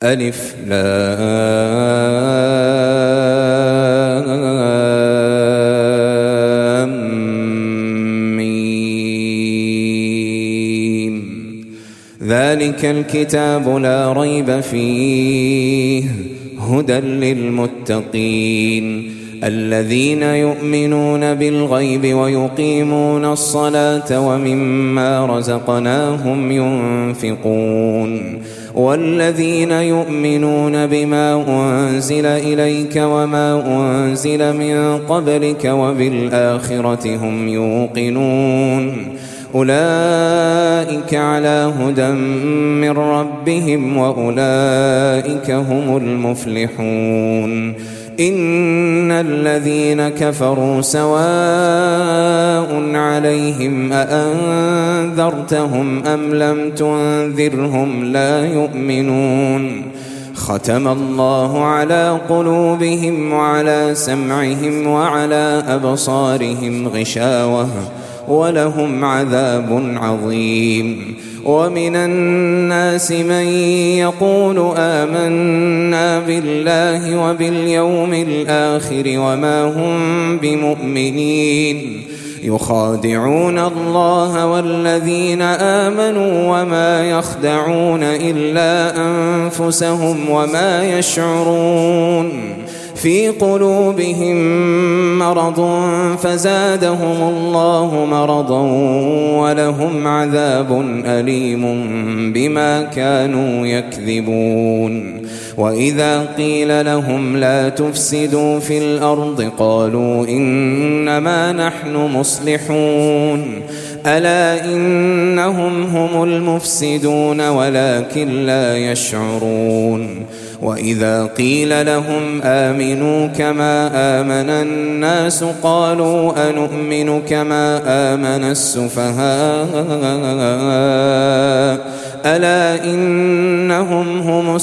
ألف لام ميم. ذلك الكتاب لا ريب فيه هدى للمتقين الذين يؤمنون بالغيب ويقيمون الصلاة ومما رزقناهم ينفقون والذين يؤمنون بما أنزل إليك وما أنزل من قبلك وبالآخرة هم يوقنون أولئك على هدى من ربهم وأولئك هم المفلحون. إن الذين كفروا سواء عليهم أأنذرتهم أم لم تنذرهم لا يؤمنون. ختم الله على قلوبهم وعلى سمعهم وعلى أبصارهم غشاوة ولهم عذاب عظيم. ومن الناس من يقول آمنا بالله وباليوم الآخر وما هم بمؤمنين يخادعون الله والذين آمنوا وما يخدعون إلا أنفسهم وما يشعرون. في قلوبهم مرض فزادهم الله مرضا ولهم عذاب أليم بما كانوا يكذبون. وإذا قيل لهم لا تفسدوا في الأرض قالوا إنما نحن مصلحون ألا إنهم هم المفسدون ولكن لا يشعرون. وإذا قيل لهم آمنوا كما آمن الناس قالوا أنؤمن كما آمن السفهاء ألا إنهم هم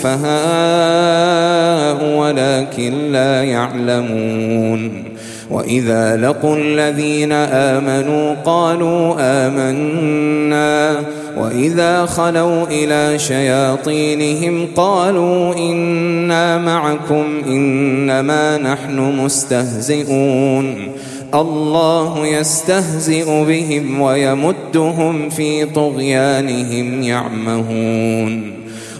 السفهاء ولكن لا يعلمون. وإذا لقوا الذين آمنوا قالوا آمنا وإذا خلوا إلى شياطينهم قالوا إنا معكم إنما نحن مستهزئون. الله يستهزئ بهم ويمدهم في طغيانهم يعمهون.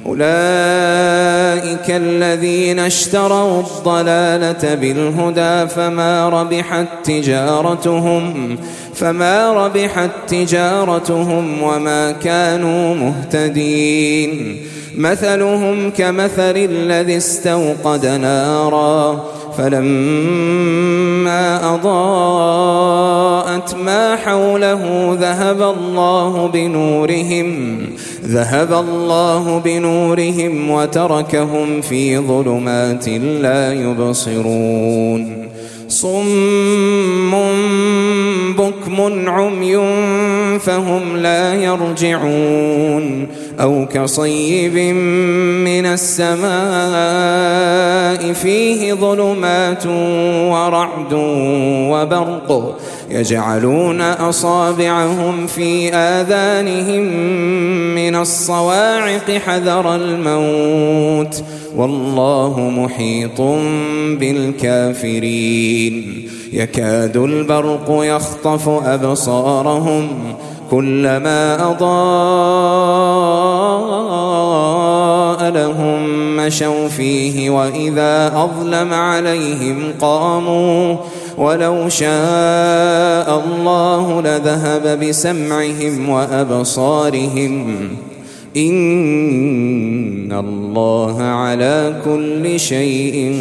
أولئك الذين اشتروا الضلالة بالهدى فما ربحت تجارتهم وما كانوا مهتدين. مثلهم كمثل الذي استوقد نارا فلما أضاءت ما حوله ذهب الله بنورهم وتركهم في ظلمات لا يبصرون. صم بكم عمي فهم لا يرجعون. أو كصيب من السماء فيه ظلمات ورعد وبرق يجعلون أصابعهم في آذانهم من الصواعق حذر الموت والله محيط بالكافرين. يكاد البرق يخطف أبصارهم كلما أضاء لهم مشوا فيه وإذا أظلم عليهم قاموا ولو شاء الله لذهب بسمعهم وأبصارهم إن الله على كل شيء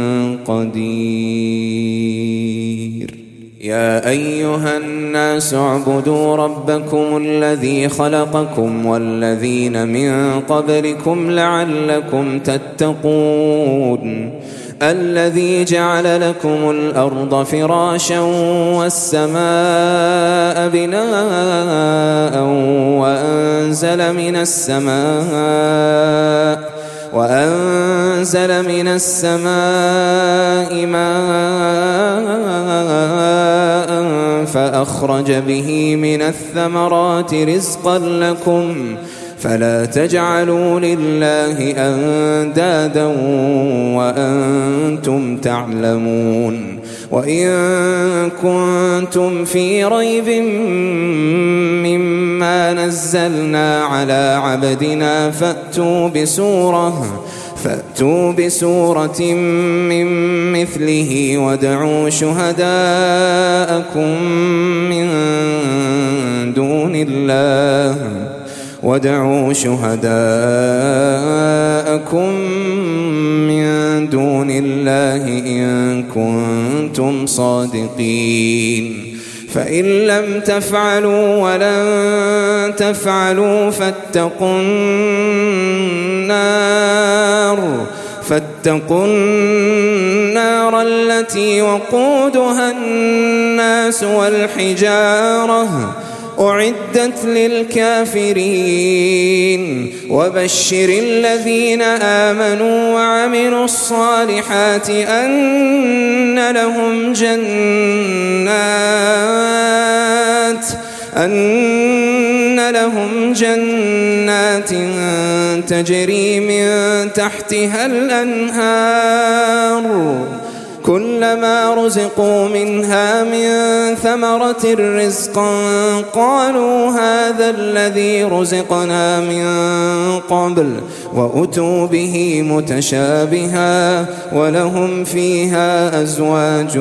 قدير. يا أيها الناس اعبدوا ربكم الذي خلقكم والذين من قبلكم لعلكم تتقون. الذي جعل لكم الأرض فراشا والسماء بناء وأنزل من السماء فأخرج به من الثمرات رزقا لكم فلا تجعلوا لله أندادا وأنتم تعلمون وإن كنتم في ريب مما نزلنا على عبدنا فأتوا بسورة من مثله وادعوا شهداءكم من دون الله إن كنتم صادقين فإن لم تفعلوا ولن تفعلوا فاتقوا النار التي وقودها الناس والحجارة أعدت للكافرين وبشر الذين آمنوا وعملوا الصالحات أن لهم جنات تجري من تحتها الأنهار كلما رزقوا منها من ثمرة رزقا قالوا هذا الذي رزقنا من قبل وأتوا به متشابها ولهم فيها أزواج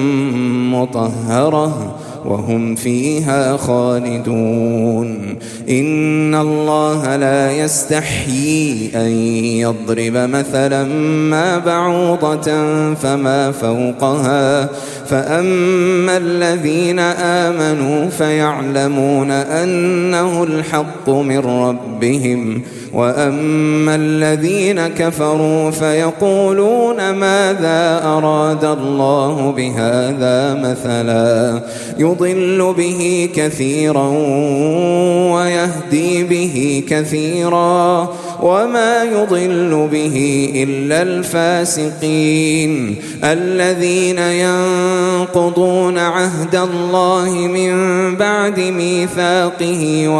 مطهرة وهم فيها خالدون إن الله لا يستحيي أن يضرب مثلا ما بعوضة فما فوقها فأما الذين آمنوا فيعلمون أنه الحق من ربهم وأما الذين كفروا فيقولون ماذا أراد الله بهذا مثلا يضل به كثيرا ويهدي به كثيرا وما يضل به إلا الفاسقين الذين ينقضون عهد الله من بعد ميثاقه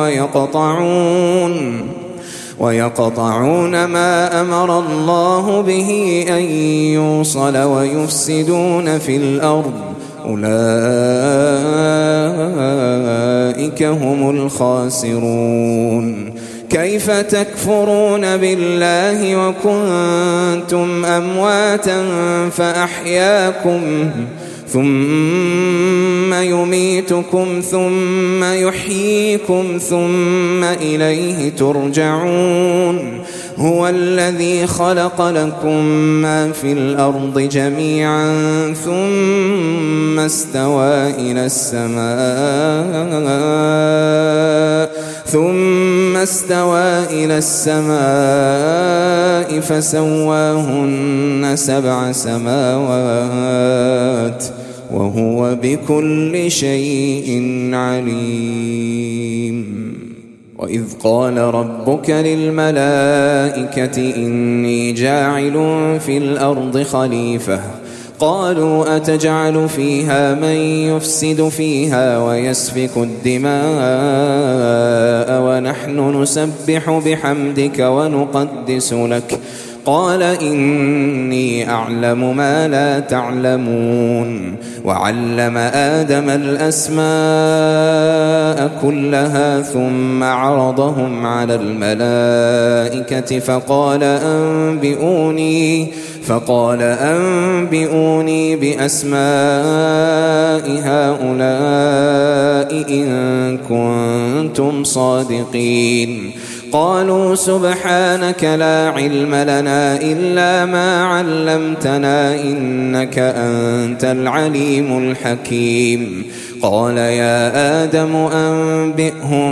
ويقطعون ما أمر الله به أن يوصل ويفسدون في الأرض أولئك هم الخاسرون كيف تكفرون بالله وكنتم أمواتا فأحياكم ثم يميتكم ثم يحييكم ثم إليه ترجعون هو الذي خلق لكم ما في الأرض جميعا ثم استوى إلى السماء فسواهن 7 سماوات وهو بكل شيء عليم وإذ قال ربك للملائكة إني جاعل في الأرض خليفة قالوا أتجعل فيها من يفسد فيها ويسفك الدماء ونحن نسبح بحمدك ونقدس لك قال إني أعلم ما لا تعلمون وعلم آدم الأسماء كلها ثم عرضهم على الملائكة فقال أنبئوني بأسماء هؤلاء إن كنتم صادقين قالوا سبحانك لا علم لنا إلا ما علمتنا إنك أنت العليم الحكيم قال يا آدم أنبئهم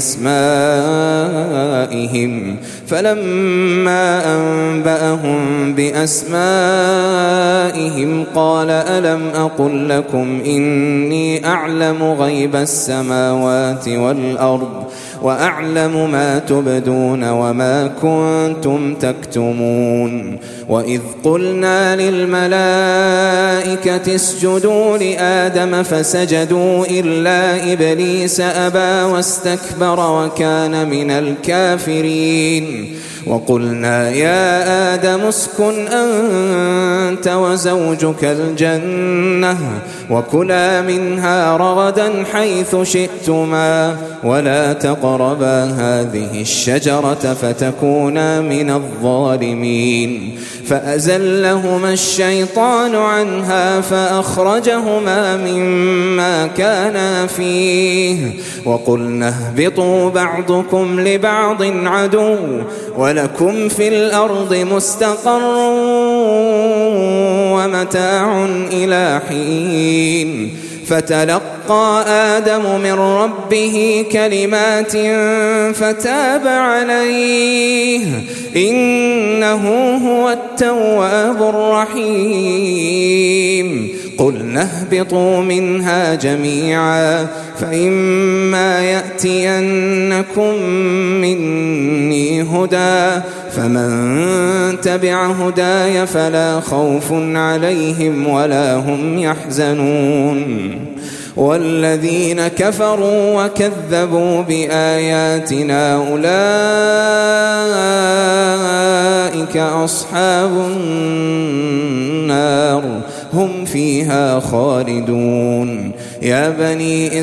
بأسمائهم فلما أنبأهم بأسمائهم قال ألم أقل لكم إني أعلم غيب السماوات والأرض وأعلم ما تبدون وما كنتم تكتمون وإذ قلنا للملائكة اسجدوا لآدم فسجدوا إلا إبليس أبى واستكبر وكان من الكافرين وقلنا يا آدم اسكن أنت وزوجك الجنة وكلا منها رغدا حيث شئتما ولا تقربا هذه الشجرة فتكونا من الظالمين فأزلهما الشيطان عنها فأخرجهما مما كانا فيه وقلنا اهبطوا بعضكم لبعض عدو ولكم في الأرض مستقر ومتاع إلى حين فتلقى آدم من ربه كلمات فتاب عليه إنه هو التواب الرحيم قلنا اهبطوا منها جميعا فإما يأتينكم مني هدى فمن تبع هداي فلا خوف عليهم ولا هم يحزنون والذين كفروا وكذبوا بآياتنا أولئك أصحاب النار هم فيها خالدون يا بني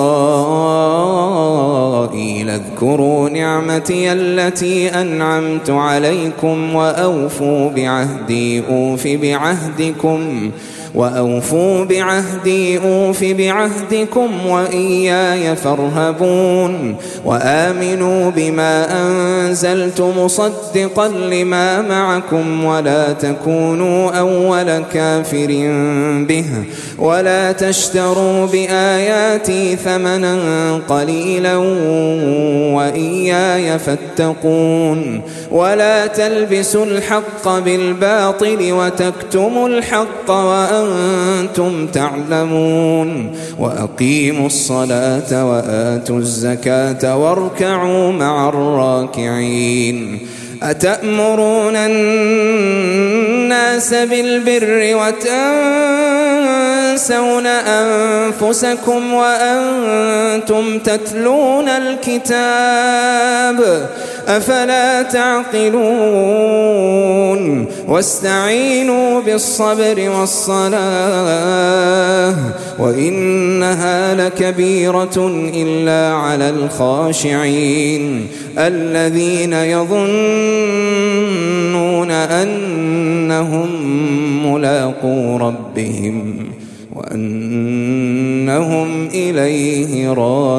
إسرائيل اذكروا نعمتي التي أنعمت عليكم وأوفوا بعهدي أوف بعهدكم وإياي فارهبون وآمنوا بما أنزلت مصدقا لما معكم ولا تكونوا أول كافر به ولا تشتروا بآياتي ثمنا قليلا وإياي فاتقون ولا تلبسوا الحق بالباطل وتكتموا الحق وأنتم تعلمون وأقيموا الصلاة وآتوا الزكاة واركعوا مع الراكعين أتأمرون الناس بالبر وتنسون أنفسكم وأنتم تتلون الكتاب أفلا تعقلون واستعينوا بالصبر والصلاة وإنها لكبيرة إلا على الخاشعين الذين يظنون أنهم ملاقو ربهم وأنهم إليه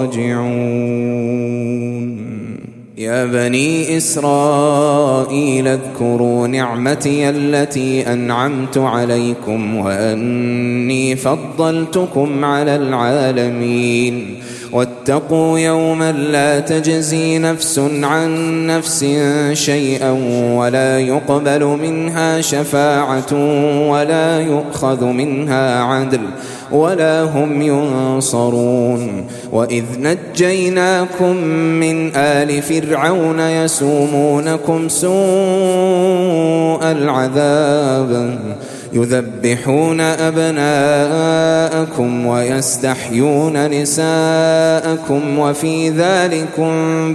راجعون يا بني إسرائيل اذكروا نعمتي التي أنعمت عليكم وأني فضلتكم على العالمين واتقوا يوما لا تجزي نفس عن نفس شيئا ولا يقبل منها شفاعة ولا يؤخذ منها عدل ولا هم ينصرون وإذ نجيناكم من آل فرعون يسومونكم سوء العذاب يذبحون أبناءكم ويستحيون نساءكم وفي ذلكم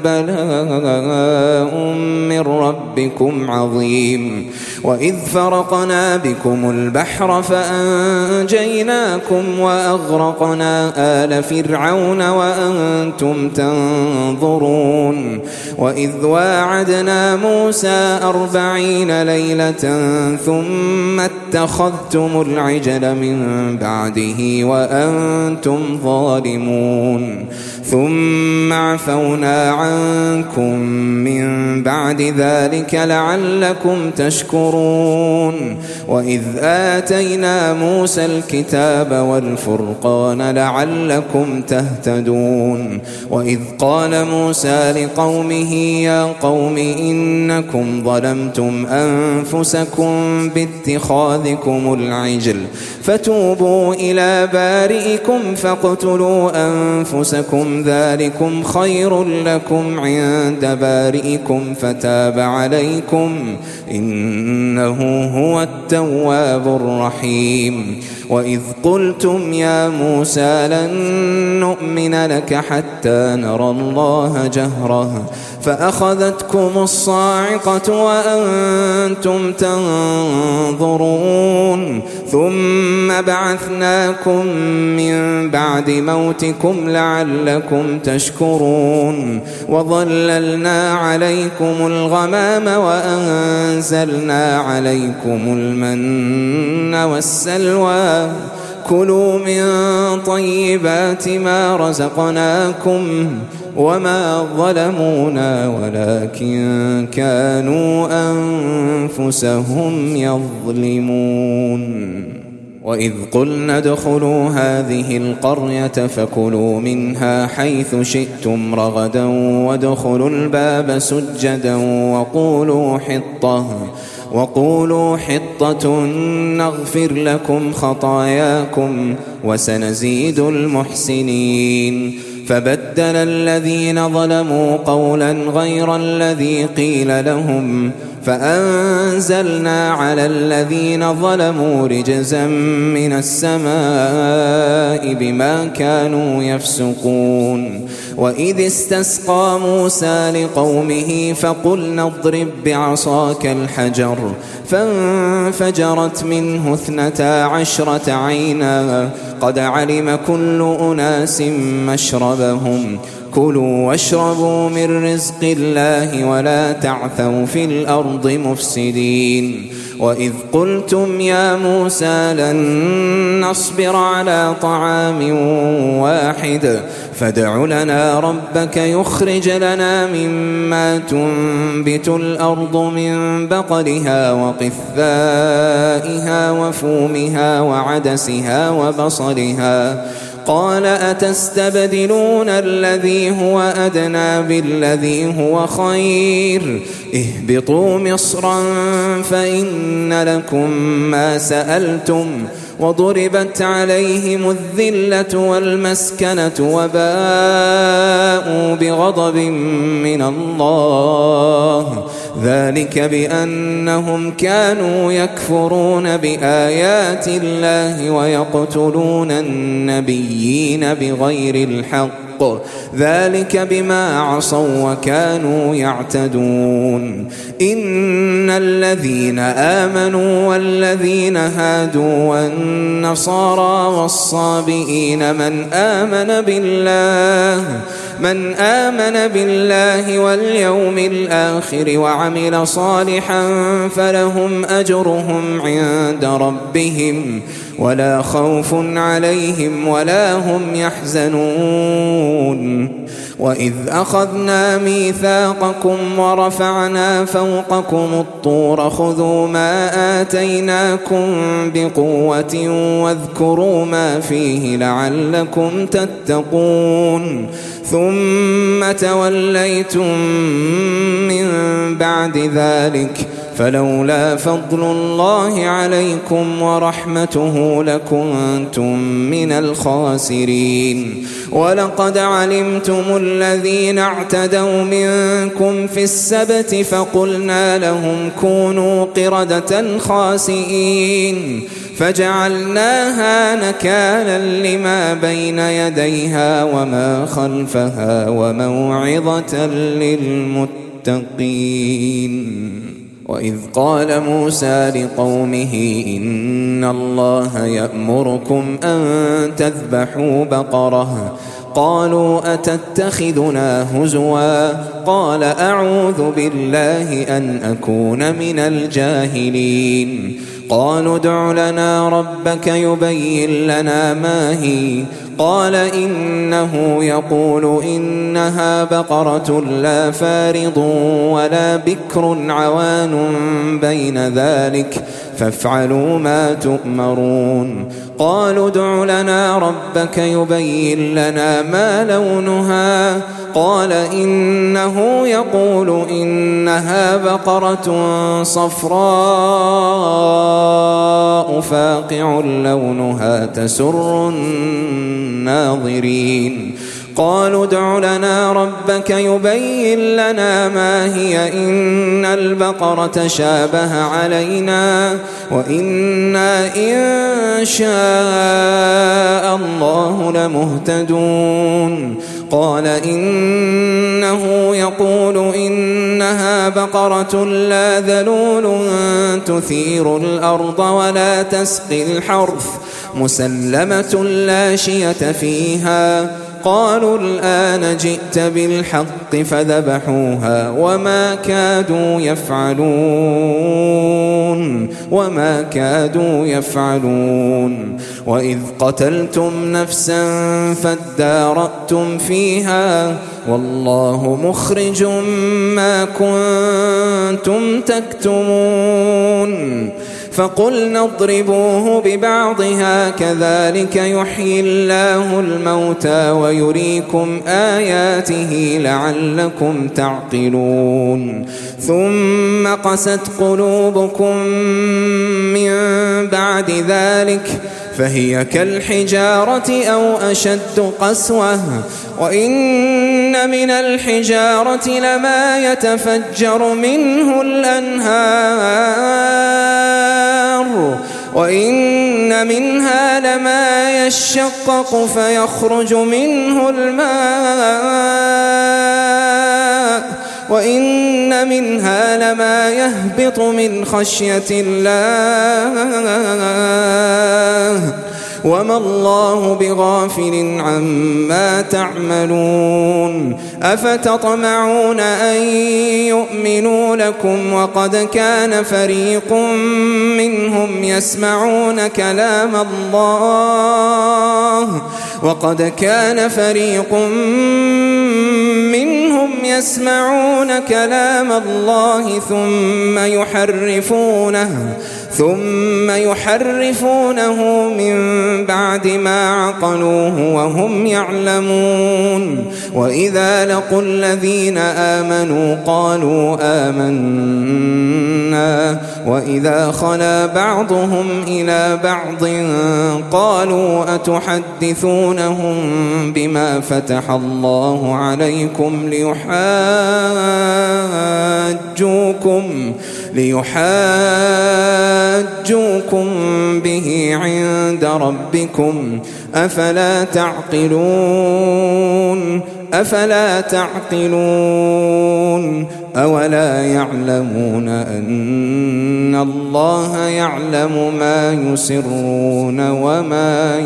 بلاء من ربكم عظيم وإذ فرقنا بكم البحر فأنجيناكم وأغرقنا آل فرعون وأنتم تنظرون وإذ واعدنا موسى 40 ليلة ثم اتخذتم اتخذتم العجل من بعده وأنتم ظالمون ثم عفونا عنكم من بعد ذلك لعلكم تشكرون وإذ آتينا موسى الكتاب والفرقان لعلكم تهتدون وإذ قال موسى لقومه يا قوم إنكم ظلمتم أنفسكم باتخاذكم العجل فتوبوا إلى بارئكم فاقتلوا أنفسكم ذلكم خير لكم عند بارئكم فتاب عليكم إنه هو التواب الرحيم وإذ قلتم يا موسى لن نؤمن لك حتى نرى الله جهرة فأخذتكم الصاعقة وأنتم تنظرون ثم بعثناكم من بعد موتكم لعلكم تشكرون وظللنا عليكم الغمام وأنزلنا عليكم المن والسلوى كلوا من طيبات ما رزقناكم وما ظلمونا ولكن كانوا أنفسهم يظلمون وإذ قلنا ادخلوا هذه القرية فكلوا منها حيث شئتم رغدا وادخلوا الباب سجدا وقولوا حطة نغفر لكم خطاياكم وسنزيد المحسنين فبدل الذين ظلموا قولا غير الذي قيل لهم فأنزلنا على الذين ظلموا رجزا من السماء بما كانوا يفسقون وإذ استسقى موسى لقومه فقلنا اضرب بعصاك الحجر فانفجرت منه 12 عينا قد علم كل أناس مشربهم كلوا واشربوا من رزق الله ولا تعثوا في الأرض مفسدين وإذ قلتم يا موسى لن نصبر على طعام واحد فادع لنا ربك يخرج لنا مما تنبت الأرض من بقلها وقثائها وفومها وعدسها وبصلها قال أتستبدلون الذي هو أدنى بالذي هو خير اهبطوا مصرا فإن لكم ما سألتم وضربت عليهم الذلة والمسكنة وباءوا بغضب من الله ذلك بأنهم كانوا يكفرون بآيات الله ويقتلون النبيين بغير الحق ذلك بما عصوا وكانوا يعتدون إن الذين آمنوا والذين هادوا والنصارى والصابئين من آمن بالله واليوم الآخر وعمل صالحا فلهم أجرهم عند ربهم ولا خوف عليهم ولا هم يحزنون وإذ أخذنا ميثاقكم ورفعنا فوقكم الطور خذوا ما آتيناكم بقوة واذكروا ما فيه لعلكم تتقون ثم توليتم من بعد ذلك فلولا فضل الله عليكم ورحمته لكنتم من الخاسرين ولقد علمتم الذين اعتدوا منكم في السبت فقلنا لهم كونوا قردة خاسئين فجعلناها نكالا لما بين يديها وما خلفها وموعظة للمتقين وإذ قال موسى لقومه إن الله يأمركم أن تذبحوا بقرة قالوا أتتخذنا هزوا قال أعوذ بالله أن أكون من الجاهلين قالوا ادع لنا ربك يبين لنا ما هي قال إنه يقول إنها بقرة لا فارض ولا بكر عوان بين ذلك فافعلوا ما تؤمرون قالوا ادع لنا ربك يبين لنا ما لونها قال إنه يقول إنها بقرة صفراء فاقع لونها تسر الناظرين قالوا ادع لنا ربك يبين لنا ما هي إن البقرة شابه علينا وإنا إن شاء الله لمهتدون قال إنه يقول إنها بقرة لا ذلول تثير الأرض ولا تسقي الحرث مسلمة لا شية فيها قالوا الآن جئت بالحق فذبحوها وما كادوا يفعلون وإذ قتلتم نفسا فادارأتم فيها والله مخرج ما كنتم تكتمون فقلنا اضربوه ببعضها كذلك يحيي الله الموتى ويريكم آياته لعلكم تعقلون ثم قست قلوبكم من بعد ذلك فهي كالحجارة أو أشد قسوة وإن من الحجارة لما يتفجر منه الأنهار وإن منها لما يشقق فيخرج منه الماء وإن منها لما يهبط من خشية الله وما الله بغافل عما تعملون أفتطمعون أن يؤمنوا لكم وقد كان فريق منهم يسمعون كلام الله ثم يحرفونه من بعد ما عقلوه وهم يعلمون وإذا لقوا الذين آمنوا قالوا آمنا وإذا خلا بعضهم إلى بعض قالوا أتحدثونهم بما فتح الله عليكم ليحاجوكم به عند ربكم أفلا تعقلون أولا يعلمون أن الله يعلم ما يسرون وما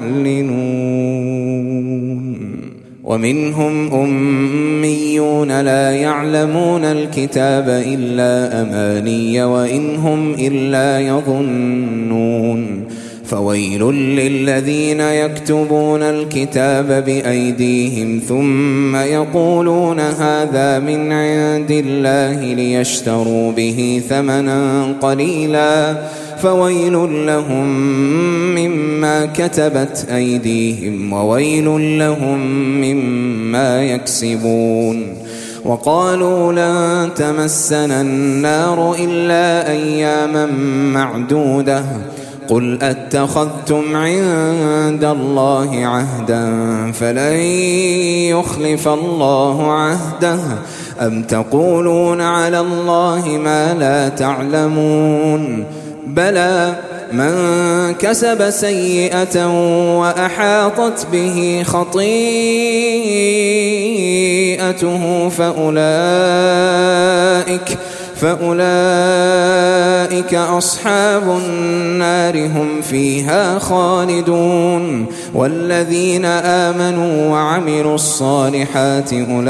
يعلنون ومنهم أميون لا يعلمون الكتاب إلا أماني وإن هم إلا يظنون فويل للذين يكتبون الكتاب بأيديهم ثم يقولون هذا من عند الله ليشتروا به ثمنا قليلا فويل لهم مما كتبت أيديهم وويل لهم مما يكسبون وقالوا لن تمسنا النار إلا أياما معدودة قل أتخذتم عند الله عهدا فلن يخلف الله عهده أم تقولون على الله ما لا تعلمون بلى من كسب سيئة وأحاطت به خطيئته فأولئك أولئك أصحاب النار هم فيها خالدون والذين آمنوا وعملوا الصالحات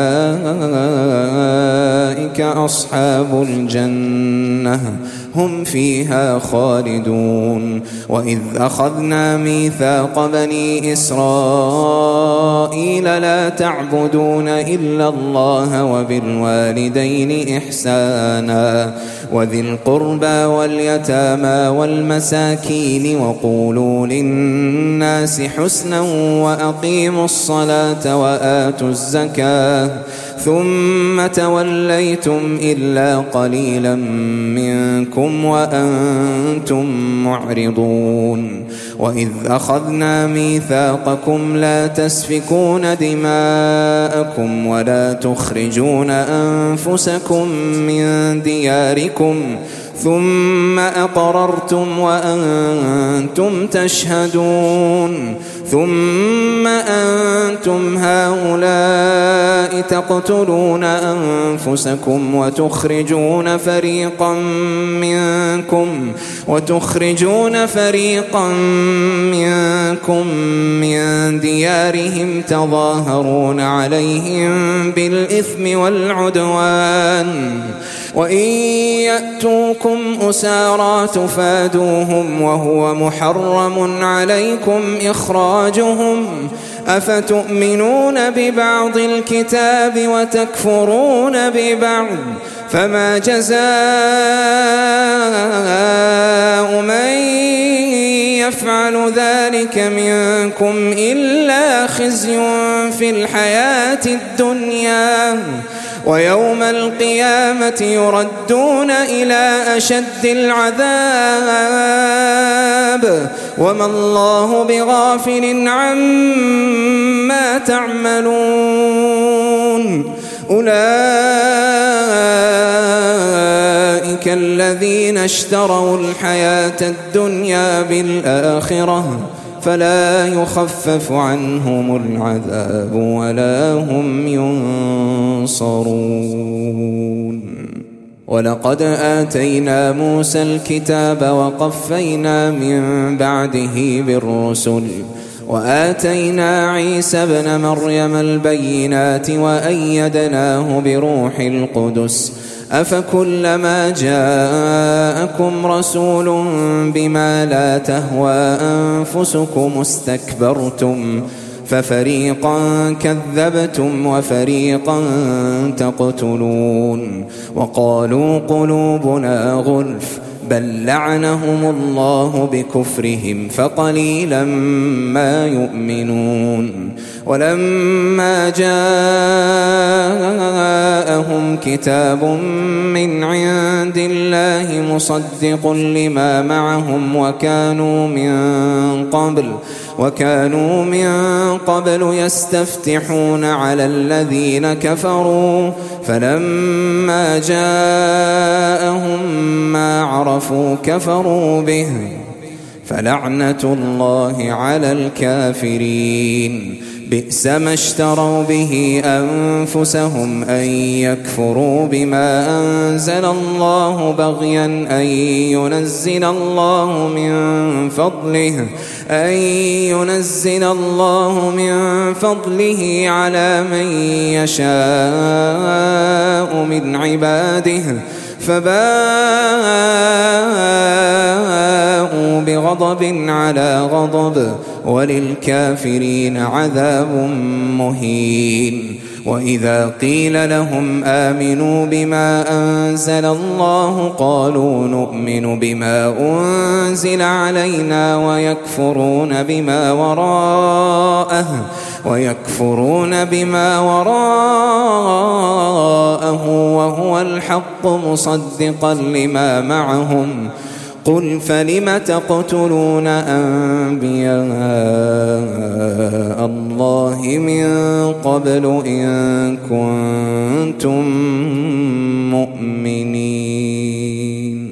أولئك أصحاب الجنة هم فيها خالدون وإذ أخذنا ميثاق بني إسرائيل لا تعبدون إلا الله وبالوالدين إحسانا وذي القربى واليتامى والمساكين وقولوا للناس حسنا وأقيموا الصلاة وآتوا الزكاة ثم توليتم إلا قليلا منكم وأنتم معرضون وإذ أخذنا ميثاقكم لا تسفكون دماءكم ولا تخرجون أنفسكم من دياركم ثم أقررتم وأنتم تشهدون ثم أنتم هؤلاء تقتلون أنفسكم وتخرجون فريقا منكم من ديارهم تظاهرون عليهم بالإثم والعدوان وإن يأتوكم أسارى تفادوهم وهو محرم عليكم إخراجهم أفتؤمنون ببعض الكتاب وتكفرون ببعض فما جزاء من يفعل ذلك منكم إلا خزي في الحياة الدنيا ويوم القيامة يردون إلى أشد العذاب وما الله بغافل عما تعملون أولئك الذين اشتروا الحياة الدنيا بالآخرة فلا يخفف عنهم العذاب ولا هم ينصرون ولقد آتينا موسى الكتاب وقفينا من بعده بالرسل وآتينا عيسى ابن مريم البينات وأيدناه بروح القدس أفكلما جاءكم رسول بما لا تهوى أنفسكم استكبرتم ففريقا كذبتم وفريقا تقتلون وقالوا قلوبنا غلف بل لعنهم الله بكفرهم فقليلا ما يؤمنون ولما جاءهم كتاب من عند الله مصدق لما معهم وكانوا من قبل يستفتحون على الذين كفروا فلما جاءهم ما عرفوا كفروا به فلعنة الله على الكافرين بئس ما اشتروا به أنفسهم أن يكفروا بما أنزل الله بغيا أن ينزل الله من فضله على من يشاء من عباده فباءوا بغضب على غضب وللكافرين عذاب مهين وإذا قيل لهم آمنوا بما أنزل الله قالوا نؤمن بما أنزل علينا ويكفرون بما وراءه وهو الحق مصدقا لما معهم قل فلم تقتلون أنبياء الله من قبل إن كنتم مؤمنين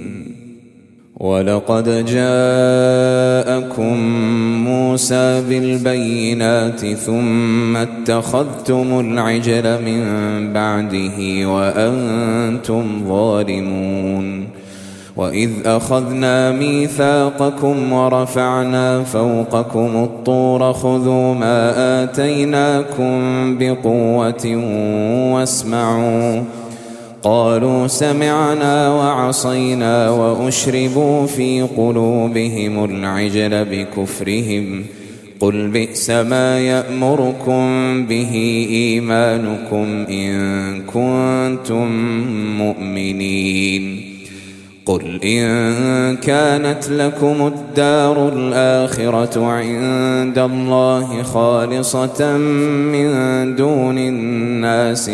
ولقد جاءكم موسى بالبينات ثم اتخذتم العجل من بعده وأنتم ظالمون وإذ أخذنا ميثاقكم ورفعنا فوقكم الطور خذوا ما آتيناكم بقوة واسمعوا قالوا سمعنا وعصينا وأشربوا في قلوبهم العجل بكفرهم قل بئس ما يأمركم به إيمانكم إن كنتم مؤمنين قل إن كانت لكم الدار الآخرة عند الله خالصة من دون الناس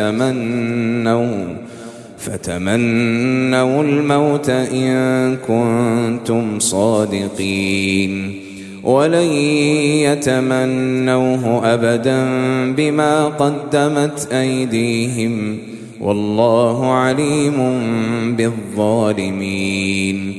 فتمنوا الموت إن كنتم صادقين ولن يتمنوه أبدا بما قدمت أيديهم والله عليم بالظالمين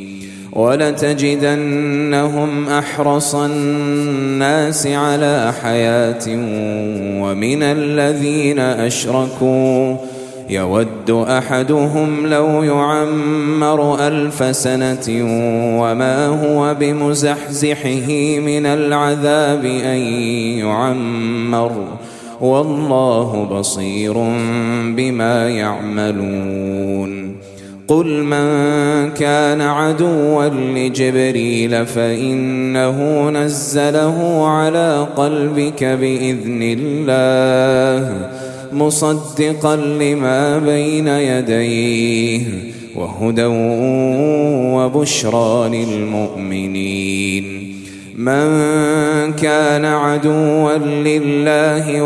ولتجدنهم أحرص الناس على حياة ومن الذين أشركوا يود أحدهم لو يعمر 1000 سنة وما هو بمزحزحه من العذاب أن يعمر والله بصير بما يعملون قل من كان عدوا لجبريل فإنه نزله على قلبك بإذن الله مصدقا لما بين يديه وهدى وبشرى للمؤمنين من كان عدوا لله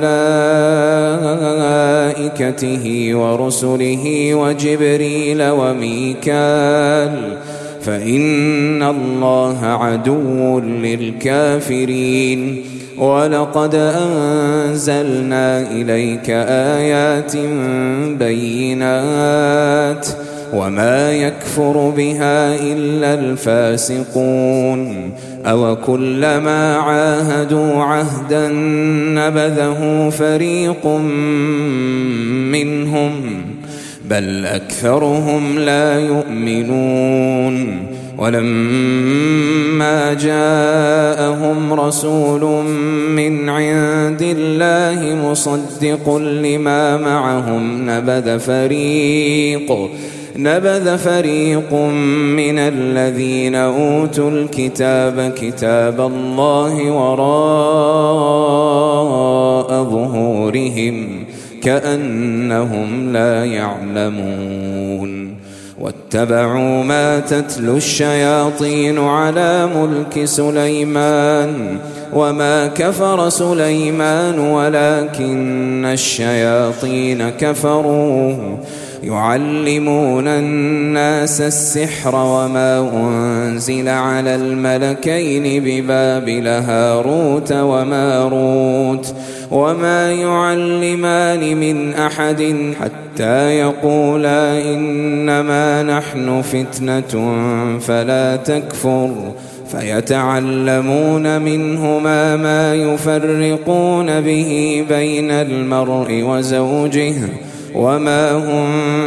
وملائكته ورسله وجبريل وميكال فإن الله عدو للكافرين ولقد أنزلنا إليك آيات بينات وما يكفر بها إلا الفاسقون أو كلما عاهدوا عهدا نبذه فريق منهم بل أكثرهم لا يؤمنون ولما جاءهم رسول من عند الله مصدق لما معهم نبذ فريق من الذين أوتوا الكتاب كتاب الله وراء ظهورهم كأنهم لا يعلمون واتبعوا ما تتلو الشياطين على ملك سليمان وما كفر سليمان ولكن الشياطين كفروا يعلمون الناس السحر وما أنزل على الملكين ببابل هاروت وماروت وما يعلمان من أحد حتى يقولا إنما نحن فتنة فلا تكفر فيتعلمون منهما ما يفرقون به بين المرء وزوجه وما هم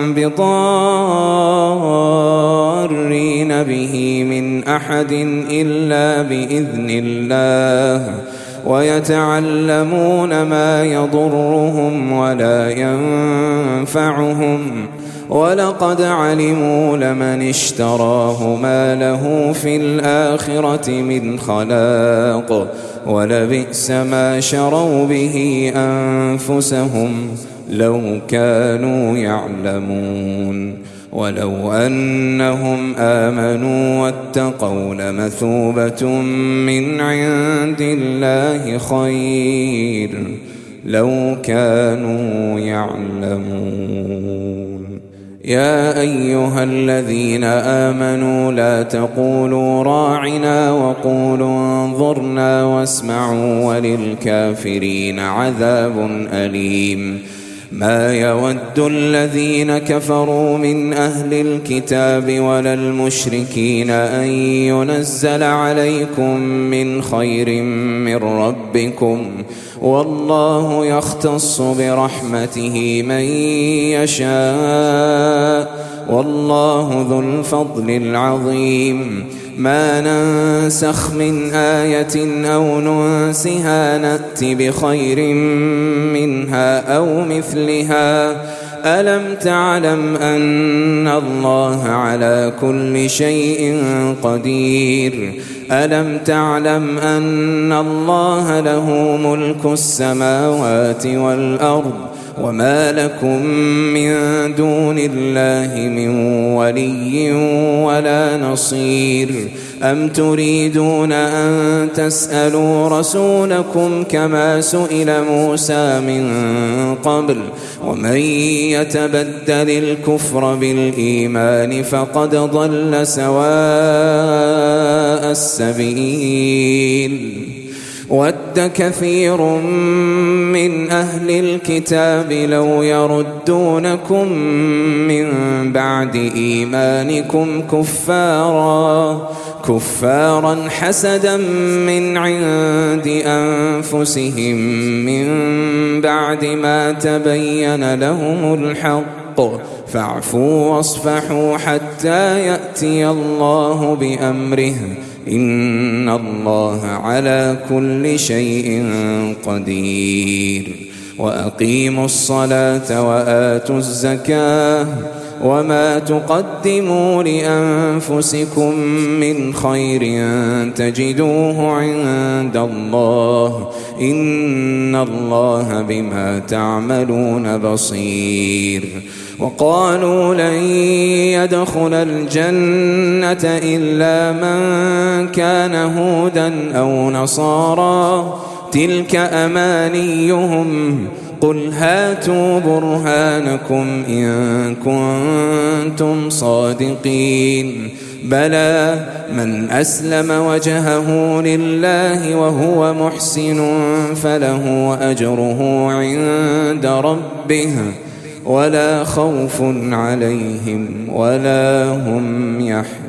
بضارين به من أحد إلا بإذن الله ويتعلمون ما يضرهم ولا ينفعهم ولقد علموا لمن اشتراه ما له في الآخرة من خلاق ولبئس ما شروا به أنفسهم لو كانوا يعلمون ولو أنهم آمنوا واتقوا لمثوبة من عند الله خير لو كانوا يعلمون يا أيها الذين آمنوا لا تقولوا راعنا وقولوا انظرنا واسمعوا وللكافرين عذاب أليم ما يود الذين كفروا من أهل الكتاب ولا المشركين أن ينزل عليكم من خير من ربكم والله يختص برحمته من يشاء والله ذو الفضل العظيم. ما ننسخ من آية أو ننسها نأت بخير منها أو مثلها. ألم تعلم أن الله على كل شيء قدير؟ ألم تعلم أن الله له ملك السماوات والأرض وما لكم من دون الله من ولي ولا نصير؟ أم تريدون أن تسألوا رسولكم كما سئل موسى من قبل؟ ومن يتبدل الكفر بالإيمان فقد ضل سواء السبيل. ود كثير من أهل الكتاب لو يردونكم من بعد إيمانكم كفارا حسدا من عند أنفسهم من بعد ما تبين لهم الحق، فاعفوا واصفحوا حتى يأتي الله بأمره، إن الله على كل شيء قدير. وأقيموا الصلاة وآتوا الزكاة وما تقدموا لأنفسكم من خير تجدوه عند الله، إن الله بما تعملون بصير. وقالوا لن يدخل الجنة إلا من كان هودا أو نصارى، تلك أمانيهم، قل هاتوا برهانكم إن كنتم صادقين. بلى من أسلم وجهه لله وهو محسن فله أجره عند ربه ولا خوف عليهم ولا هم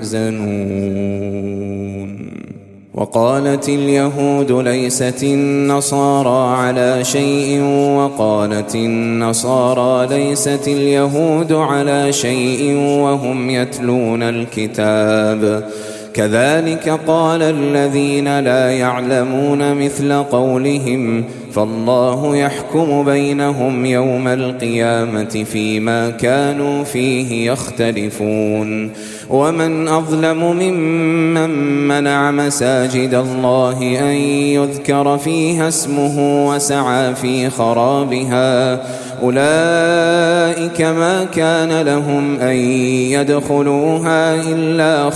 يحزنون. وقالت اليهود ليست النصارى على شيء وقالت النصارى ليست اليهود على شيء وهم يتلون الكتاب، كذلك قال الذين لا يعلمون مثل قولهم، فالله يحكم بينهم يوم القيامة فيما كانوا فيه يختلفون. ومن أظلم ممن منع مساجد الله أن يذكر فيها اسمه وسعى في خرابها، أولئك ما كان لهم أن يدخلوها إلا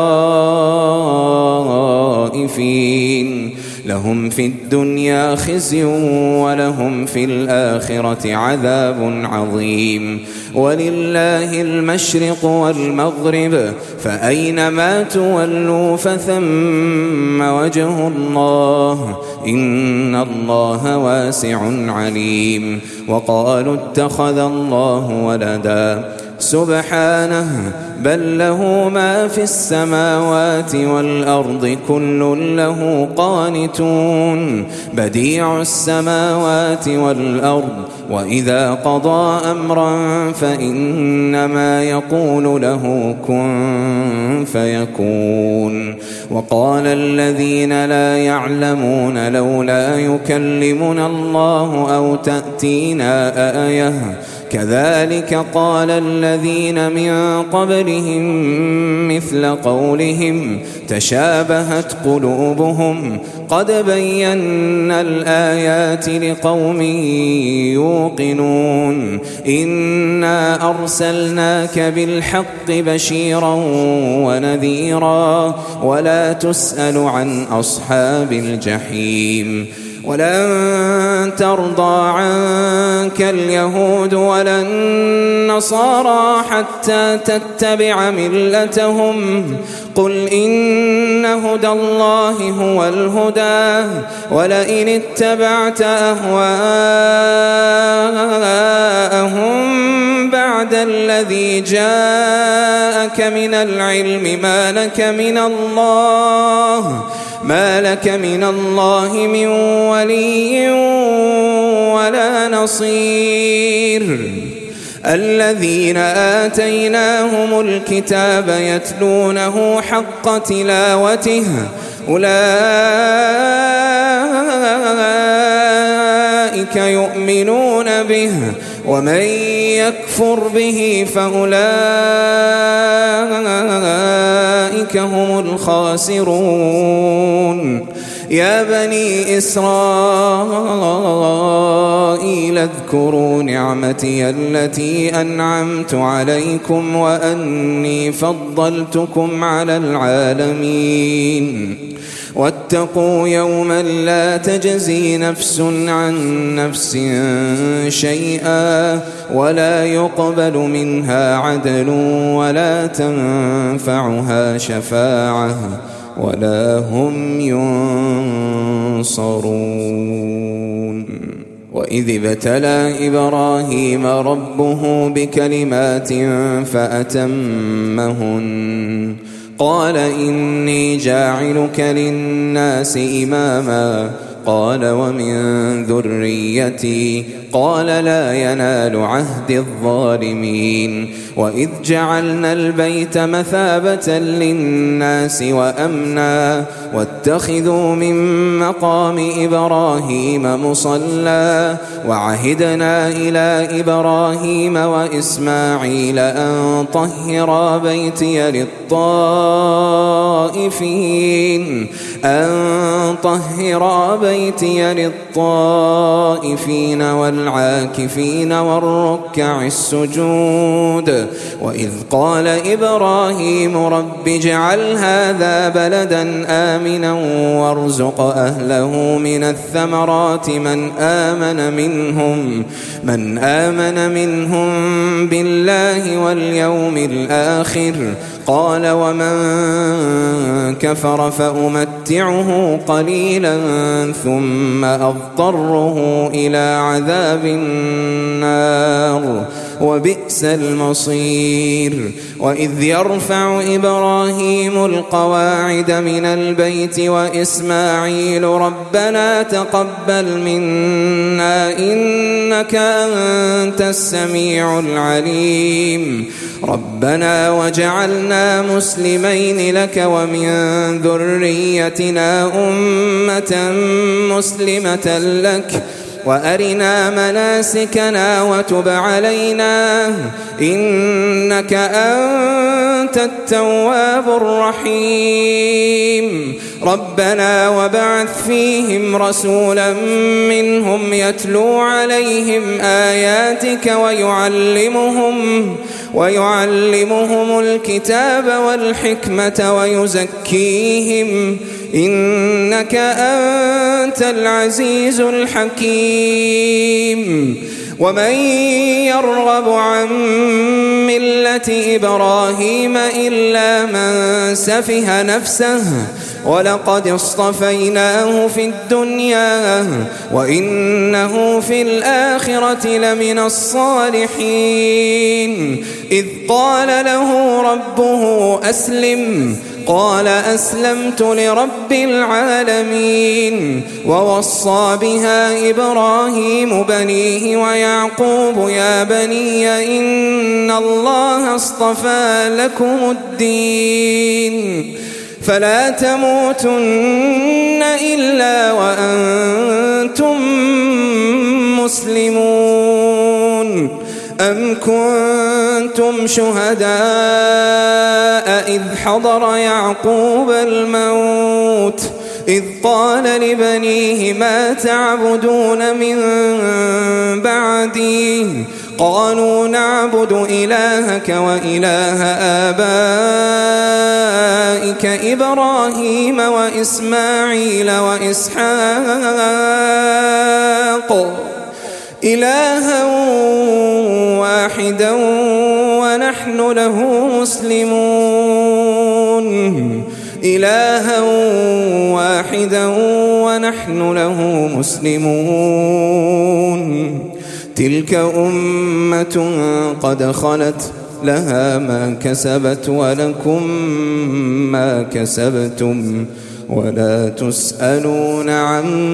خائفين، لهم في الدنيا خزي ولهم في الآخرة عذاب عظيم. ولله المشرق والمغرب، فأينما تولوا فثم وجه الله، إن الله واسع عليم. وقالوا اتخذ الله ولدا، سبحانه، بل له ما في السماوات والأرض كل له قانتون، بديع السماوات والأرض، وإذا قضى أمرا فإنما يقول له كن فيكون. وقال الذين لا يعلمون لولا يكلمنا الله أو تأتينا آية، كذلك قال الذين من قبلهم مثل قولهم، تشابهت قلوبهم، قد بينا الآيات لقوم يوقنون. إنا أرسلناك بالحق بشيرا ونذيرا، ولا تسأل عن أصحاب الجحيم. ولن ترضى عنك اليهود ولا النصارى حتى تتبع ملتهم، قل إن هدى الله هو الهدى، ولئن اتبعت أهواءهم بعد الذي جاءك من العلم ما لك من الله من ولي ولا نصير. الذين آتيناهم الكتاب يتلونه حق تلاوته أولئك يؤمنون به ومن يكفر به فأولئك هم الخاسرون يا بني إسرائيل اذكروا نعمتي التي أنعمت عليكم وأني فضلتكم على العالمين واتقوا يوما لا تجزي نفس عن نفس شيئا ولا يقبل منها عدل ولا تنفعها شفاعة ولا هم ينصرون وإذ ابتلى إبراهيم ربه بكلمات فأتمهن قال إني جاعلك للناس إماما قال ومن ذريتي قال لا ينال عهد الظالمين وإذ جعلنا البيت مثابة للناس وأمنا واتخذوا من مقام إبراهيم مصلى وعهدنا إلى إبراهيم وإسماعيل أن طهرا بيتي للطائفين والعاكفين والركع السجود وإذ قال إبراهيم رب اجعل هذا بلدا آمنا وارزق أهله من الثمرات من آمن منهم بالله واليوم الآخر قال ومن كفر فأمتعه قليلا ثم أضطره إلى عذاب النار وبئس المصير وإذ يرفع إبراهيم القواعد من البيت وإسماعيل ربنا تقبل منا إنك أنت السميع العليم ربنا وجعلنا مسلمين لك ومن ذريتنا أمة مسلمة لك وأرنا مناسكنا وتب علينا إنك أنت التواب الرحيم ربنا وبعث فيهم رسولا منهم يتلو عليهم آياتك ويعلمهم الكتاب والحكمة ويزكيهم إنك أنت العزيز الحكيم ومن يرغب عن ملة إبراهيم إلا من سفه نفسه ولقد اصطفيناه في الدنيا وإنه في الآخرة لمن الصالحين إذ قال له ربه أسلم قال أسلمت لرب العالمين ووصى بها إبراهيم بنيه ويعقوب يا بني إن الله اصطفى لكم الدين فلا تموتن إلا وأنتم مسلمون أم كنتم شهداء إذ حضر يعقوب الموت إذ قال لبنيه ما تعبدون من بعدي قالوا نعبد إلهك وإله آبائك إبراهيم وإسماعيل وإسحاق إلها واحدا ونحن له مسلمون تلك أمة قد خلت لها ما كسبت ولكم ما كسبتم ولا تسألون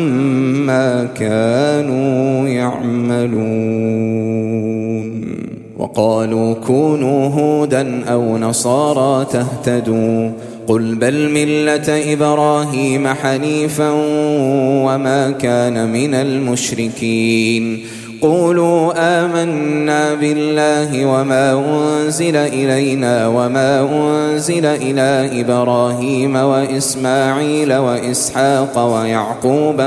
عما كانوا يعملون وقالوا كونوا هودا أو نصارى تهتدوا قل بل ملة إبراهيم حنيفا وما كان من المشركين قولوا آمنا بالله وما أنزل إلينا وما أنزل إلى إبراهيم وإسماعيل وإسحاق ويعقوب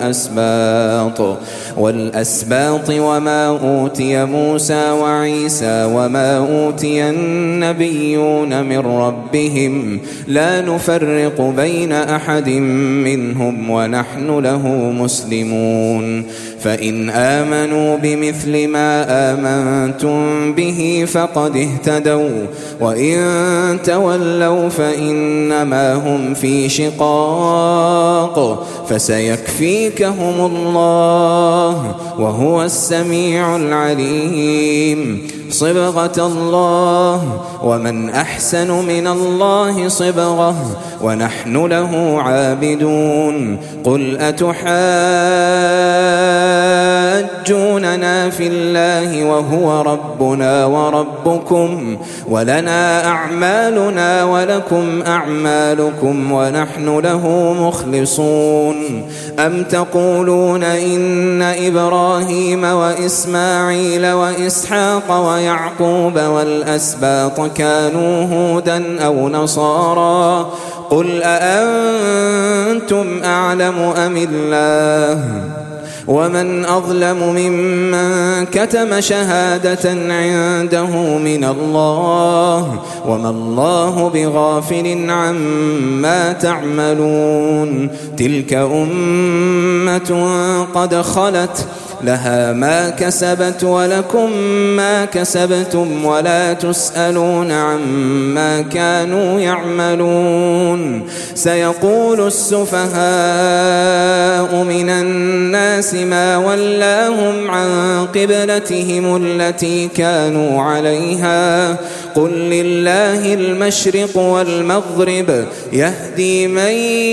والأسباط وما أوتي موسى وعيسى وما أوتي النبيون من ربهم لا نفرق بين أحد منهم ونحن له مسلمون فإن آمنوا بمثل ما آمنتم به فقد اهتدوا وإن تولوا فإنما هم في شقاق فسيكفيكهم الله وهو السميع العليم صبغة الله ومن أحسن من الله صبغة ونحن له عابدون قل أتحاجوننا في الله وهو ربنا وربكم ولنا أعمالنا ولكم أعمالكم ونحن له مخلصون أم تقولون إن إبراهيم وإسماعيل وإسحاق ويعقوب والأسباط كانوا هودا أو نصارى قل أأنتم أعلم أم الله ومن أظلم ممن كتم شهادة عنده من الله وما الله بغافل عما تعملون تلك أمة قد خلت لها ما كسبت ولكم ما كسبتم ولا تسألون عما كانوا يعملون سيقول السفهاء من الناس ما ولاهم عن قبلتهم التي كانوا عليها قل لله المشرق والمغرب يهدي من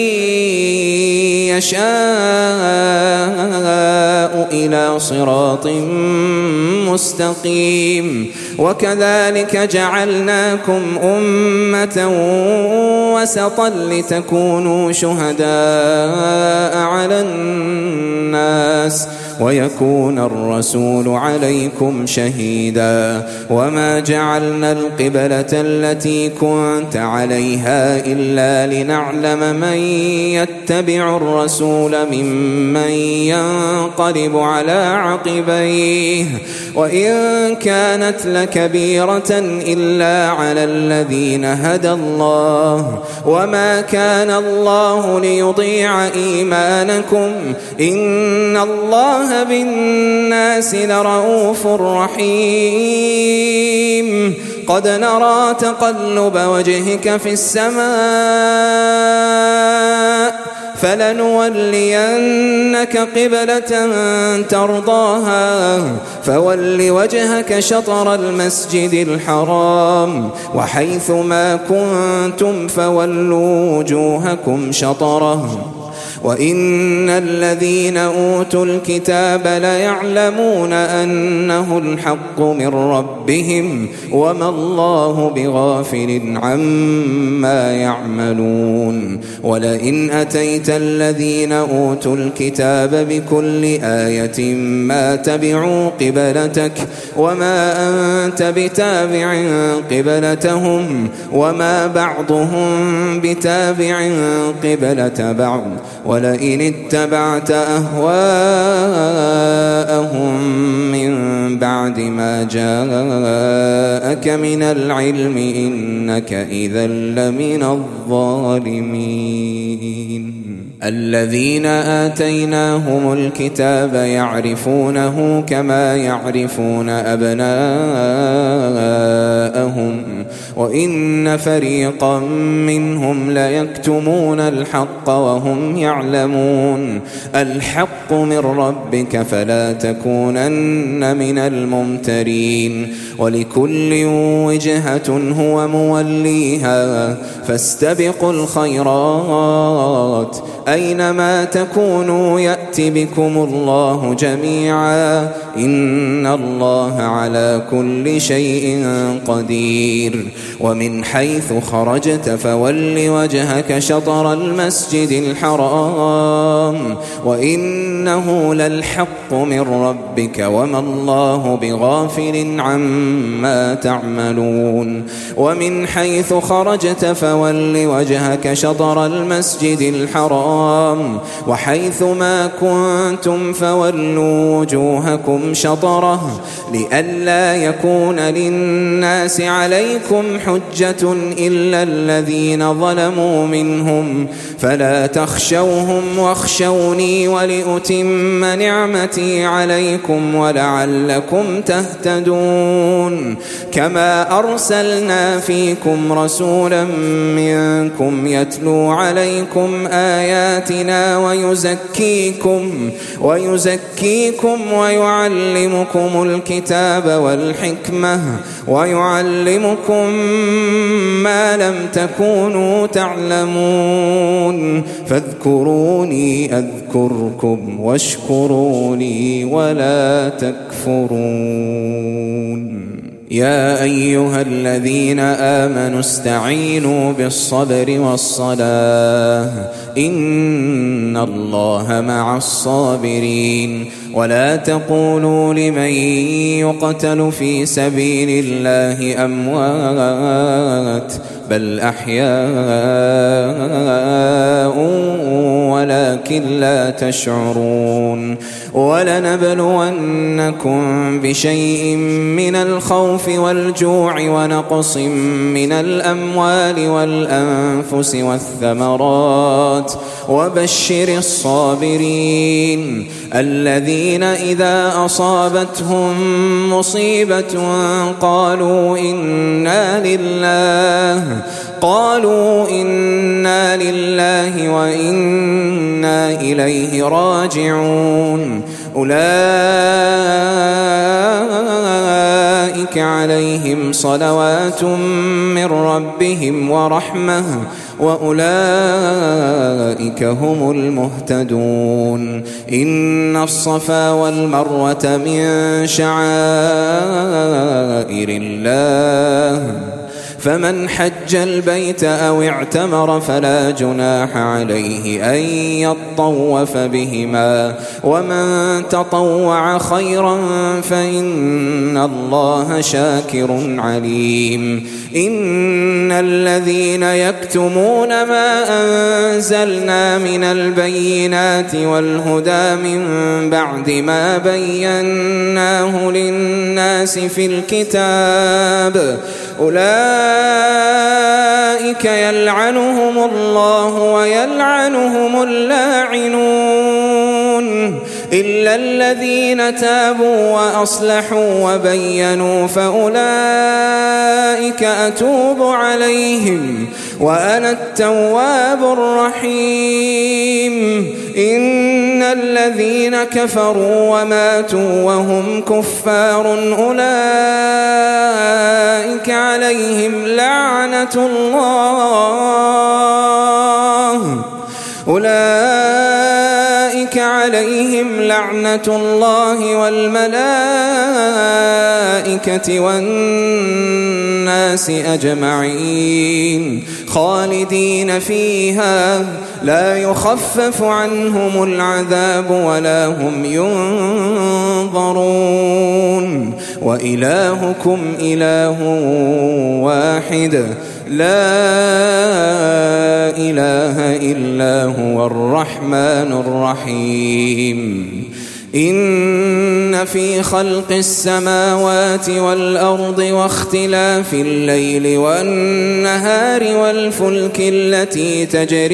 يشاء إلى صراط مستقيم وكذلك جعلناكم أمة وسطا لتكونوا شهداء على الناس ويكون الرسول عليكم شهيدا وما جعلنا القبلة التي كنت عليها إلا لنعلم من يتبع الرسول ممن ينقلب على عقبيه وإن كانت لكبيرة إلا على الذين هدى الله وما كان الله ليضيع إيمانكم إن الله بالناس لرؤوف رحيم قد نرى تقلب وجهك في السماء فلنولينك قبلة ترضاها فول وجهك شطر المسجد الحرام وحيث ما كنتم فولوا وجوهكم شطره وإن الذين أوتوا الكتاب ليعلمون أنه الحق من ربهم وما الله بغافل عما يعملون ولئن أتيت الذين أوتوا الكتاب بكل آية ما تبعوا قبلتك وما أنت بتابع قبلتهم وما بعضهم بتابع قبلة بعض ولئن اتبعت أهواءهم من بعد ما جاءك من العلم إنك إذا لمن الظالمين الذين آتيناهم الكتاب يعرفونه كما يعرفون أبناءهم وإن فريقا منهم ليكتمون الحق وهم يعلمون. الحق من ربك فلا تكونن من الممترين. ولكل وجهة هو موليها فاستبقوا الخيرات أينما تكونوا يأت بكم الله جميعا إن الله على كل شيء قدير. ومن حيث خرجت فول وجهك شطر المسجد الحرام وإنه للحق من ربك وما الله بغافل عما تعملون. ومن حيث خرجت فول وجهك شطر المسجد الحرام وحيث ما كنتم فولوا وجوهكم شطره لئلا يكون للناس عليكم حجة إلا الذين ظلموا منهم فلا تخشوهم واخشوني ولأتم نعمتي عليكم ولعلكم تهتدون. كما أرسلنا فيكم رسولا منكم يتلو عليكم آياتنا ويزكيكم ويعلمكم الكتاب والحكمة ويعلمكم ما لم تكونوا تعلمون. فاذكروني أذكركم واشكروا لي ولا تكفرون. يا أيها الذين آمنوا استعينوا بالصبر والصلاة إن الله مع الصابرين. ولا تقولوا لمن يقتل في سبيل الله أموات بل أحياء ولكن لا تشعرون. ولنبلونكم بشيء من الخوف والجوع ونقص من الأموال والأنفس والثمرات وبشر الصابرين الذين إذا أصابتهم مصيبة قالوا إنا لله وإنا إليه راجعون. أولئك عليهم صلوات من ربهم ورحمة وأولئك هم المهتدون. إن الصفا والمروة من شعائر الله فمن حج البيت أو اعتمر فلا جناح عليه أن يطوف بهما ومن تطوع خيرا فإن الله شاكر عليم. إن الذين يكتمون ما أنزلنا من البينات والهدى من بعد ما بيناه للناس في الكتاب أولئك يلعنهم الله ويلعنهم اللاعنون إلا الذين تابوا وأصلحوا وبينوا فأولئك أتوب عليهم وأنا التواب الرحيم. إن الذين كفروا وماتوا وهم كفار أولئك عليهم لعنة الله والملائكة والناس أجمعين خالدين فيها لا يخفف عنهم العذاب ولا هم ينظرون. وإلهكم إله واحد لا إله إلا هو الرحمن الرحيم. إن في خلق السماوات والأرض واختلاف الليل والنهار والفلك التي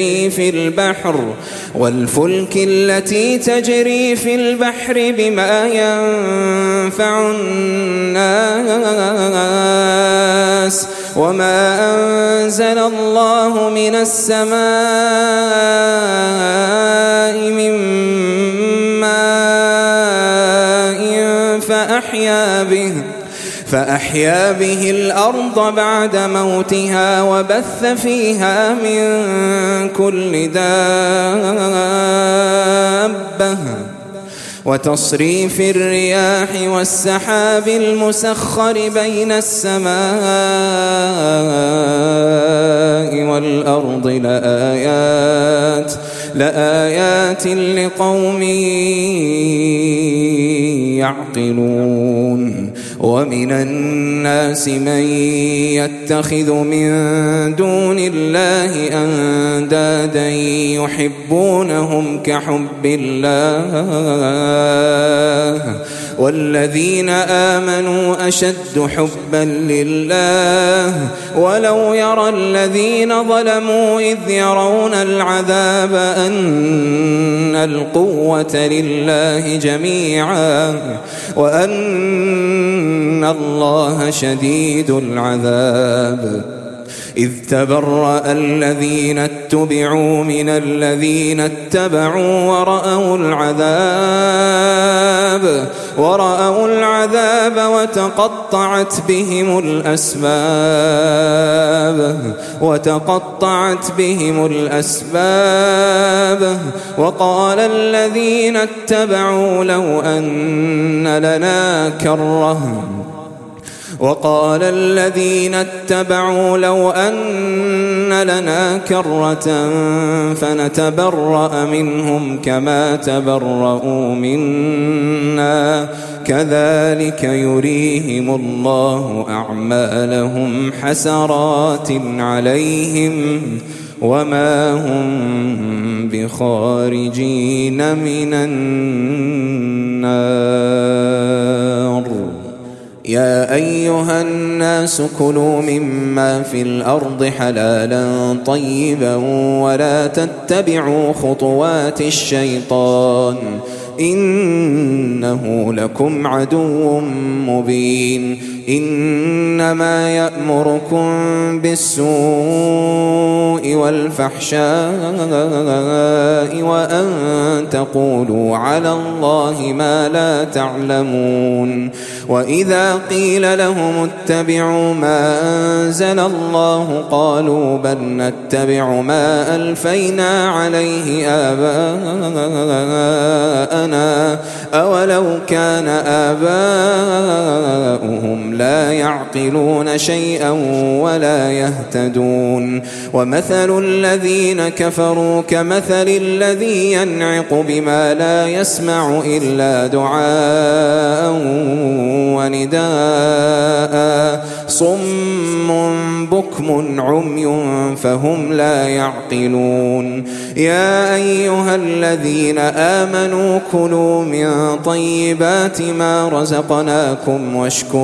تجري في البحر بما ينفع الناس وما أنزل الله من السماء من ماء فأحيا به الأرض بعد موتها وبث فيها من كل دابة وتصريف الرياح والسحاب المسخر بين السماء والأرض لآيات لقوم يعقلون ومن الناس من يتخذ من دون الله أندادا يحبونهم كحب الله والذين آمنوا أشد حبا لله ولو يرى الذين ظلموا إذ يرون العذاب أن القوة لله جميعا وأن الله شديد العذاب إذ تبرأ الذين اتبعوا من الذين اتبعوا ورأوا العذاب وتقطعت بهم الأسباب وقال الذين اتبعوا لو أن لنا كرة فنتبرأ منهم كما تبرؤوا منا كذلك يريهم الله أعمالهم حسرات عليهم وما هم بخارجين من النار يا أيها الناس كلوا مما في الأرض حلالا طيبا ولا تتبعوا خطوات الشيطان إنه لكم عدو مبين إنما يأمركم بالسوء والفحشاء وأن تقولوا على الله ما لا تعلمون وإذا قيل لهم اتبعوا ما أنزل الله قالوا بل نتبع ما ألفينا عليه آباءنا أولو كان آباؤهم لا يعقلون شيئا ولا يهتدون ومثل الذين كفروا كمثل الذي ينعق بما لا يسمع إلا دعاء ونداء صم بكم عمي فهم لا يعقلون يا أيها الذين آمنوا كلوا من طيبات ما رزقناكم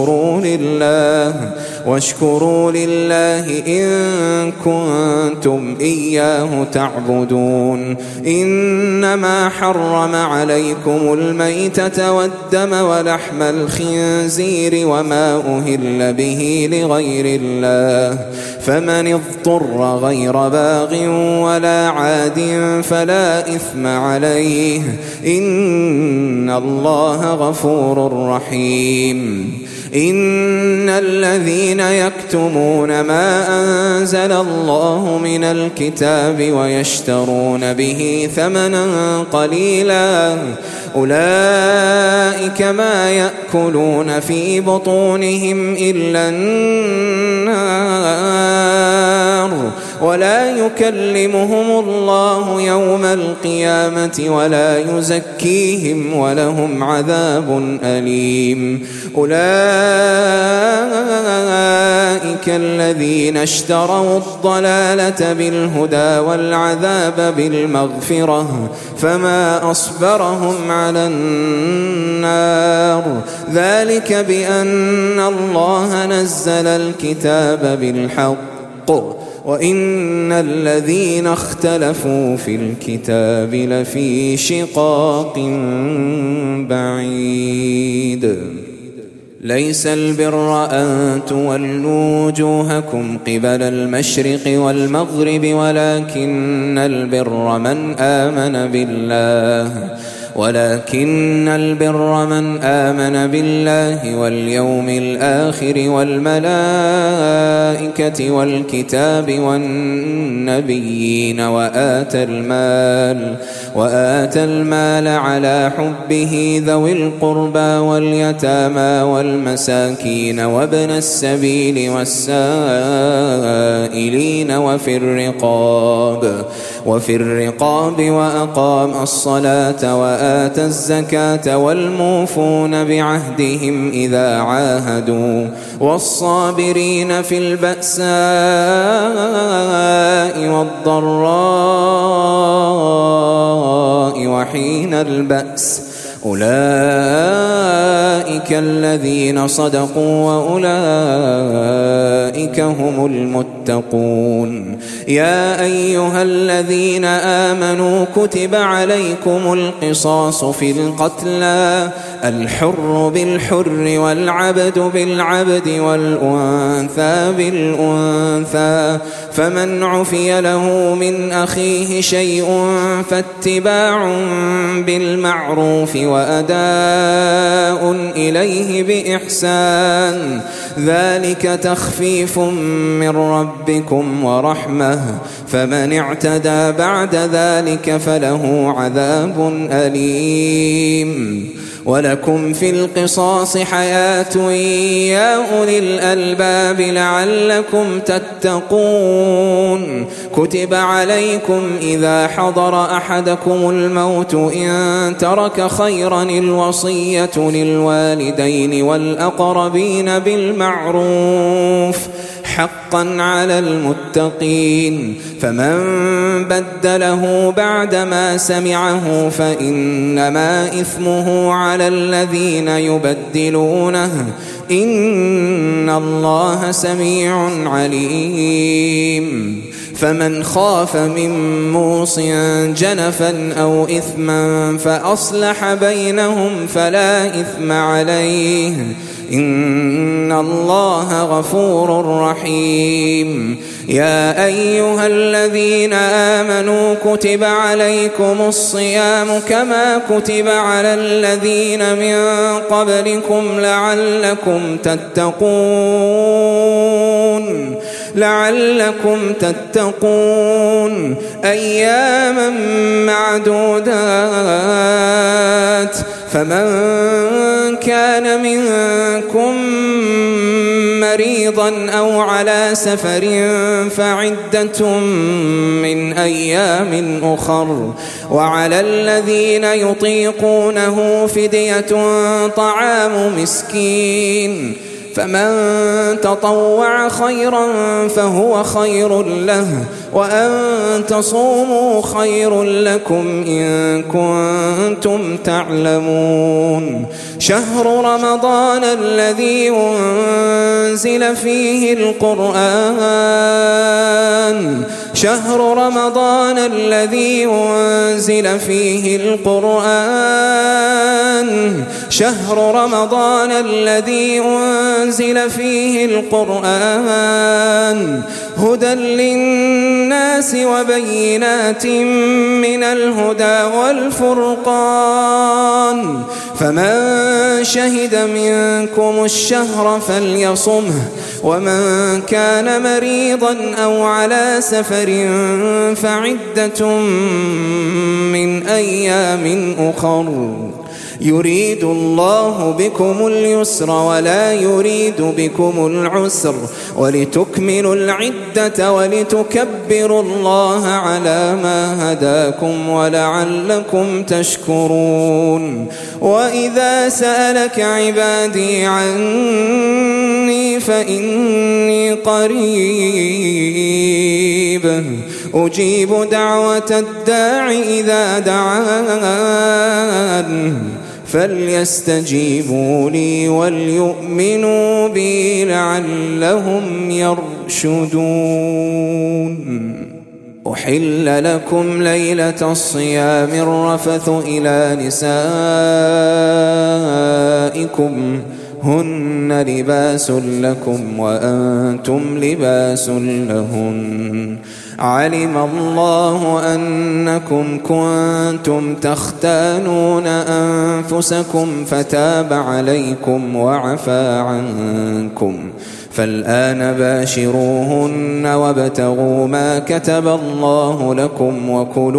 واشكروا لله إن كنتم إياه تعبدون إنما حرم عليكم الميتة والدم ولحم الخنزير وما أهل به لغير الله فمن اضطر غير باغ ولا عاد فلا إثم عليه إن الله غفور رحيم إن الذين يكتمون ما أنزل الله من الكتاب ويشترون به ثمنا قليلا أولئك ما يأكلون في بطونهم إلا النار ولا يكلمهم الله يوم القيامة ولا يزكيهم ولهم عذاب أليم. أولئك الذين اشتروا الضلالة بالهدى والعذاب بالمغفرة فما أصبرهم على النار. ذلك بأن الله نزل الكتاب بالحق وإن الذين اختلفوا في الكتاب لفي شقاق بعيد. ليس البر أن تولوا وجوهكم قبل المشرق والمغرب ولكن البر من آمن بالله واليوم الآخر والملائكة والكتاب والنبيين وآتى المال على حبه ذوي القربى واليتامى والمساكين وابن السبيل والسائلين وفي الرقاب وأقام الصلاة وآتى الزكاة والموفون بعهدهم إذا عاهدوا والصابرين في البأساء والضراء وحين البأس. أولئك الذين صدقوا وأولئك هم المتقون. يا أيها الذين آمنوا كتب عليكم القصاص في القتلى الحر بالحر والعبد بالعبد والأنثى بالأنثى فمن عفي له من أخيه شيء فاتباع بالمعروف وأداء إليه بإحسان ذلك تخفيف من ربكم ورحمة فمن اعتدى بعد ذلك فله عذاب أليم. ولكم في القصاص حياة يا أولي الألباب لعلكم تتقون. كتب عليكم إذا حضر أحدكم الموت إن ترك خيرا الوصية للوالدين والأقربين بالمعروف حقا على المتقين. فمن بدله بعدما سمعه فإنما إثمه على الذين يبدلونه إن الله سميع عليم. فمن خاف من موص جنفا أو إثما فأصلح بينهم فلا إثم عليه إن الله غفور رحيم. يا أيها الذين آمنوا كتب عليكم الصيام كما كتب على الذين من قبلكم لعلكم تتقون أياما معدودات. فمن كان منكم مريضا أو على سفر فعدة من أيام أخر وعلى الذين يطيقونه فدية طعام مسكين فمن تطوع خيرا فهو خير له وأن تصوموا خير لكم إن كنتم تعلمون. شهر رمضان الذي أنزل فيه القرآن هدى للناس وبينات من الهدى والفرقان فمن شهد منكم الشهر فليصمه ومن كان مريضا أو على سفر فعدة من أيام أخر يريد الله بكم اليسر ولا يريد بكم العسر ولتكملوا العدة ولتكبروا الله على ما هداكم ولعلكم تشكرون وإذا سألك عبادي عني فإني قريب أجيب دعوة الداع إذا دعان فليستجيبوا لي وليؤمنوا بي لعلهم يرشدون أحل لكم ليلة الصيام الرفث إلى نسائكم هن لباس لكم وأنتم لباس لهن علم الله أنكم كنتم تختانون أنفسكم فتاب عليكم وعفى عنكم فالآن باشروهن وابتغوا ما كتب الله لكم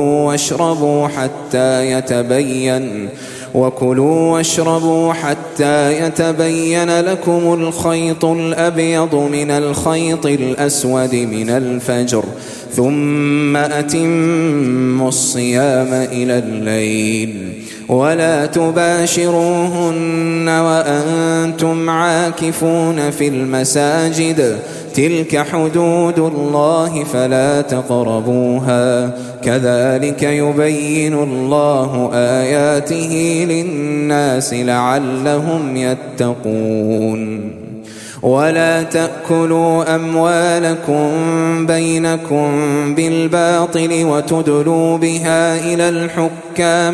وكلوا واشربوا حتى يتبين لكم الخيط الأبيض من الخيط الأسود من الفجر ثم أتموا الصيام إلى الليل ولا تباشروهن وأنتم عاكفون في المساجد تلك حدود الله فلا تقربوها كذلك يبين الله آياته للناس لعلهم يتقون ولا تأكلوا أموالكم بينكم بالباطل وتدلوا بها إلى الحكام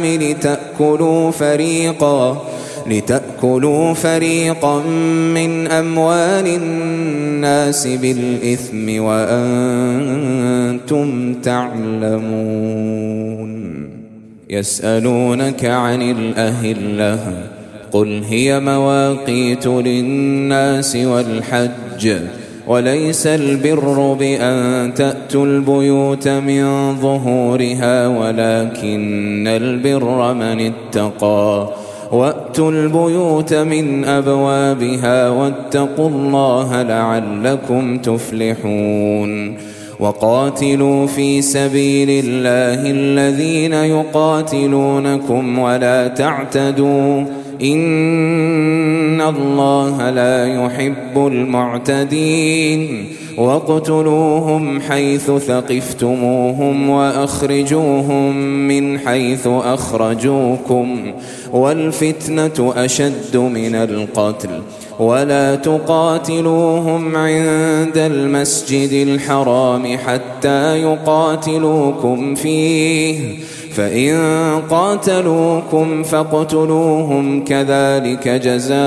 لتأكلوا فريقا من أموال الناس بالإثم وأنتم تعلمون يسألونك عن الأهلة قل هي مواقيت للناس والحج وليس البر بأن تأتوا البيوت من ظهورها ولكن البر من اتقى وأتوا البيوت من أبوابها واتقوا الله لعلكم تفلحون وقاتلوا في سبيل الله الذين يقاتلونكم ولا تعتدوا إن الله لا يحب المعتدين واقتلوهم حيث ثقفتموهم وأخرجوهم من حيث أخرجوكم والفتنة أشد من القتل ولا تقاتلوهم عند المسجد الحرام حتى يقاتلوكم فيه فإن قاتلوكم فاقتلوهم كذلك جزاء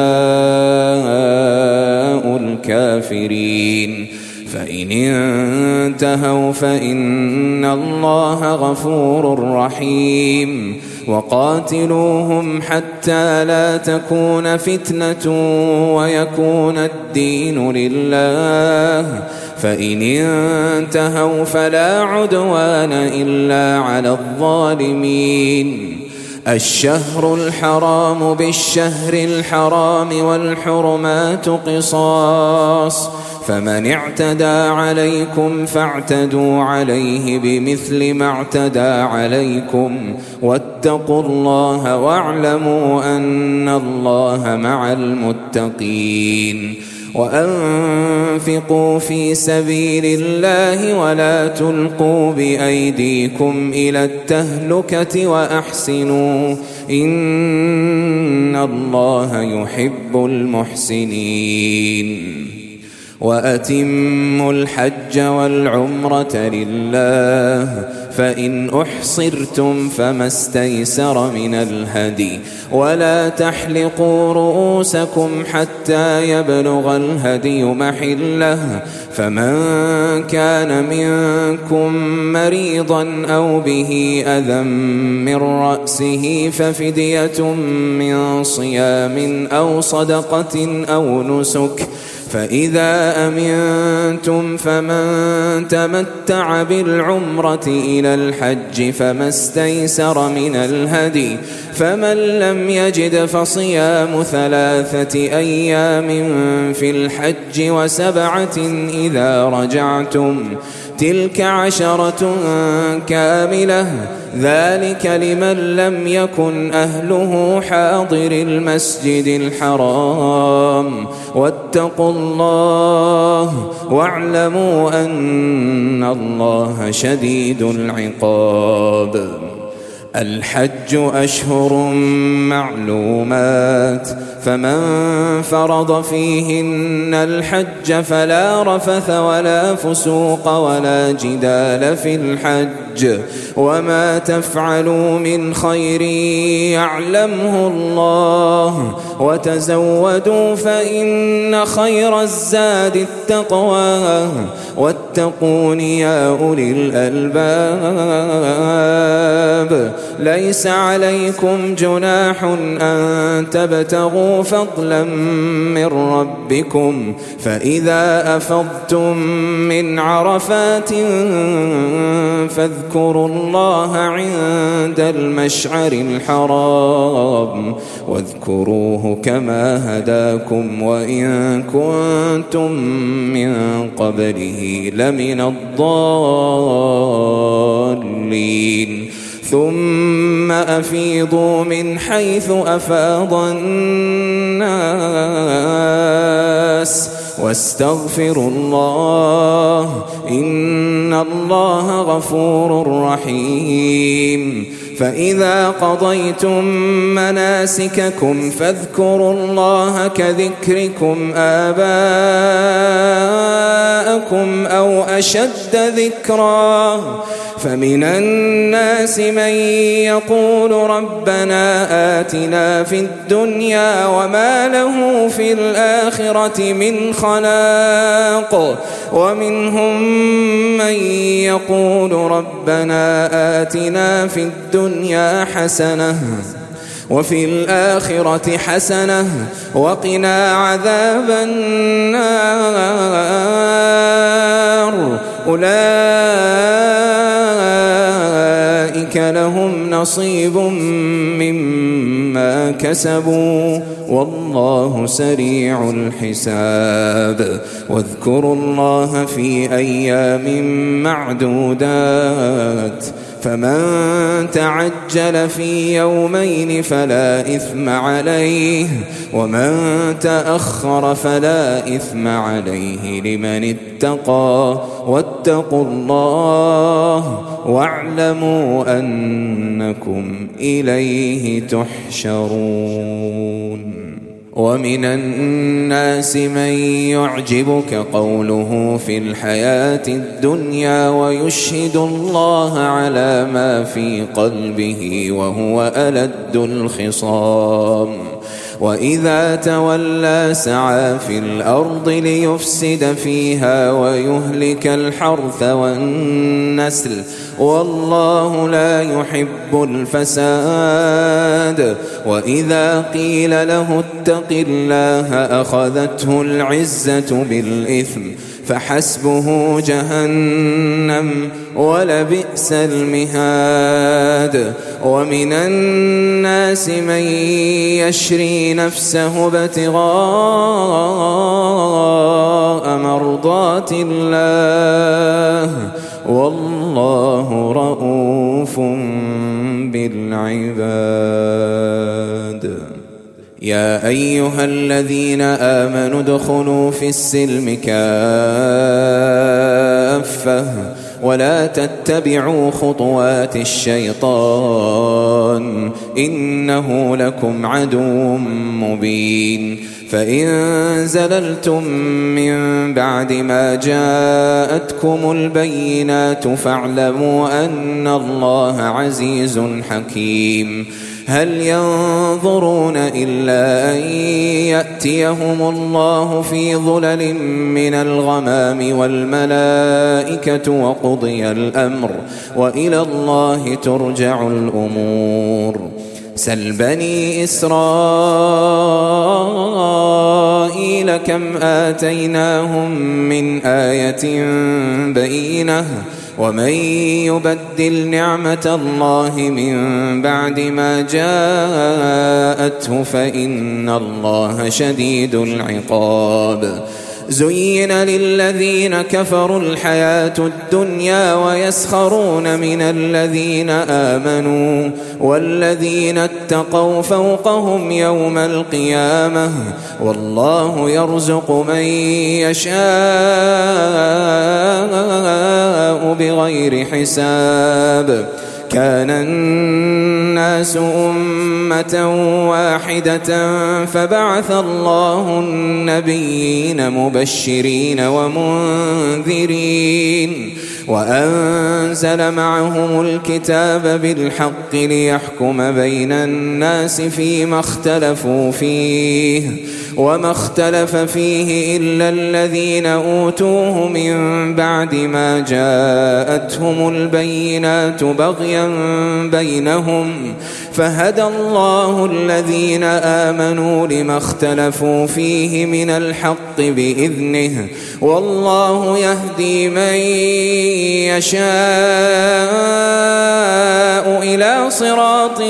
الكافرين فإن انتهوا فإن الله غفور رحيم وقاتلوهم حتى لا تكون فتنة ويكون الدين لله فإن انتهوا فلا عدوان إلا على الظالمين الشهر الحرام بالشهر الحرام والحرمات قصاص فمن اعتدى عليكم فاعتدوا عليه بمثل ما اعتدى عليكم واتقوا الله واعلموا أن الله مع المتقين وأنفقوا في سبيل الله ولا تلقوا بأيديكم إلى التهلكة وأحسنوا إن الله يحب المحسنين وأتموا الحج والعمرة لله فإن أحصرتم فما استيسر من الهدي ولا تحلقوا رؤوسكم حتى يبلغ الهدي محله فمن كان منكم مريضا أو به أذى من رأسه ففدية من صيام أو صدقة أو نسك فإذا أمنتم فمن تمتع بالعمرة إلى الحج فما استيسر من الهدي فمن لم يجد فصيام 3 أيام في الحج و7 إذا رجعتم تلك 10 كاملة ذلك لمن لم يكن أهله حاضر المسجد الحرام واتقوا الله واعلموا أن الله شديد العقاب. الحج أشهر معلومات فمن فرض فيهن الحج فلا رفث ولا فسوق ولا جدال في الحج وما تفعلوا من خير يعلمه الله وتزودوا فإن خير الزاد التقوى واتقون يا أولي الألباب. ليس عليكم جناح أن تبتغوا فضلا من ربكم فإذا أفضتم من عرفات فاذكروا الله عند المشعر الحرام واذكروه كما هداكم وإن كنتم من قبله لمن الضالين. ثم أفيضوا من حيث أفاض الناس واستغفروا الله إن الله غفور رحيم. فإذا قضيتم مناسككم فاذكروا الله كذكركم آباءكم أو أشد ذكرا فمن الناس من يقول ربنا آتنا في الدنيا وما له في الآخرة من خلاق ومنهم من يقول ربنا آتنا في الدنيا حسنة وفي الآخرة حسنة وقنا عذاب النار أولئك لهم نصيب مما كسبوا والله سريع الحساب. واذكروا الله في أيام معدودات فمن تعجل في يومين فلا إثم عليه ومن تأخر فلا إثم عليه لمن اتقى واتقوا الله واعلموا أنكم إليه تحشرون. ومن الناس من يعجبك قوله في الحياة الدنيا ويشهد الله على ما في قلبه وهو ألد الخصام وإذا تولى سعى في الأرض ليفسد فيها ويهلك الحرث والنسل والله لا يحب الفساد. وإذا قيل له اتق الله أخذته العزة بالإثم فحسبه جهنم ولبئس المهاد. ومن الناس من يشري نفسه ابتغاء مرضات الله والله رؤوف بالعباد. يا أيها الذين آمنوا ادخلوا في السلم كافة ولا تتبعوا خطوات الشيطان إنه لكم عدو مبين. فإن زللتم من بعد ما جاءتكم البينات فاعلموا أن الله عزيز حكيم. هل ينظرون إلا أن يأتيهم الله في ظلل من الغمام والملائكة وقضي الأمر وإلى الله ترجع الأمور. سل بني إسرائيل كم آتيناهم من آية بينة ومن يبدل نعمة الله من بعد ما جاءته فإن الله شديد العقاب زين للذين كفروا الحياة الدنيا ويسخرون من الذين آمنوا والذين اتقوا فوقهم يوم القيامة والله يرزق من يشاء بغير حساب كان الناس أمة واحدة فبعث الله النبيين مبشرين ومنذرين وأنزل معهم الكتاب بالحق ليحكم بين الناس فيما اختلفوا فيه وما اختلف فيه إلا الذين أوتوه من بعد ما جاءتهم البينات بغيا بينهم فهدى الله الذين آمنوا لما اختلفوا فيه من الحق بإذنه والله يهدي من يشاء إلى صراط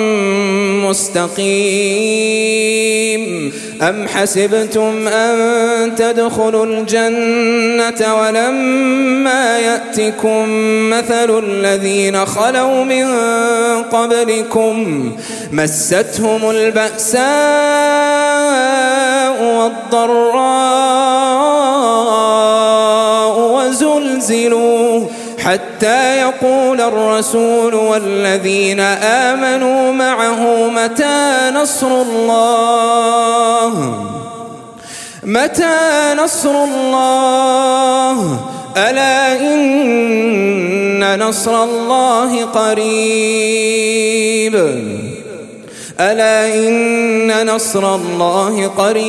مستقيم أم حسبتم أن تدخلوا الجنة ولما يأتكم مثل الذين خلوا من قبلكم مستهم البأساء والضراء وزلزلوا حتى يقول الرسول والذين آمنوا معه متى نصر الله ألا إن نصر الله قريب ألا إن نصر الله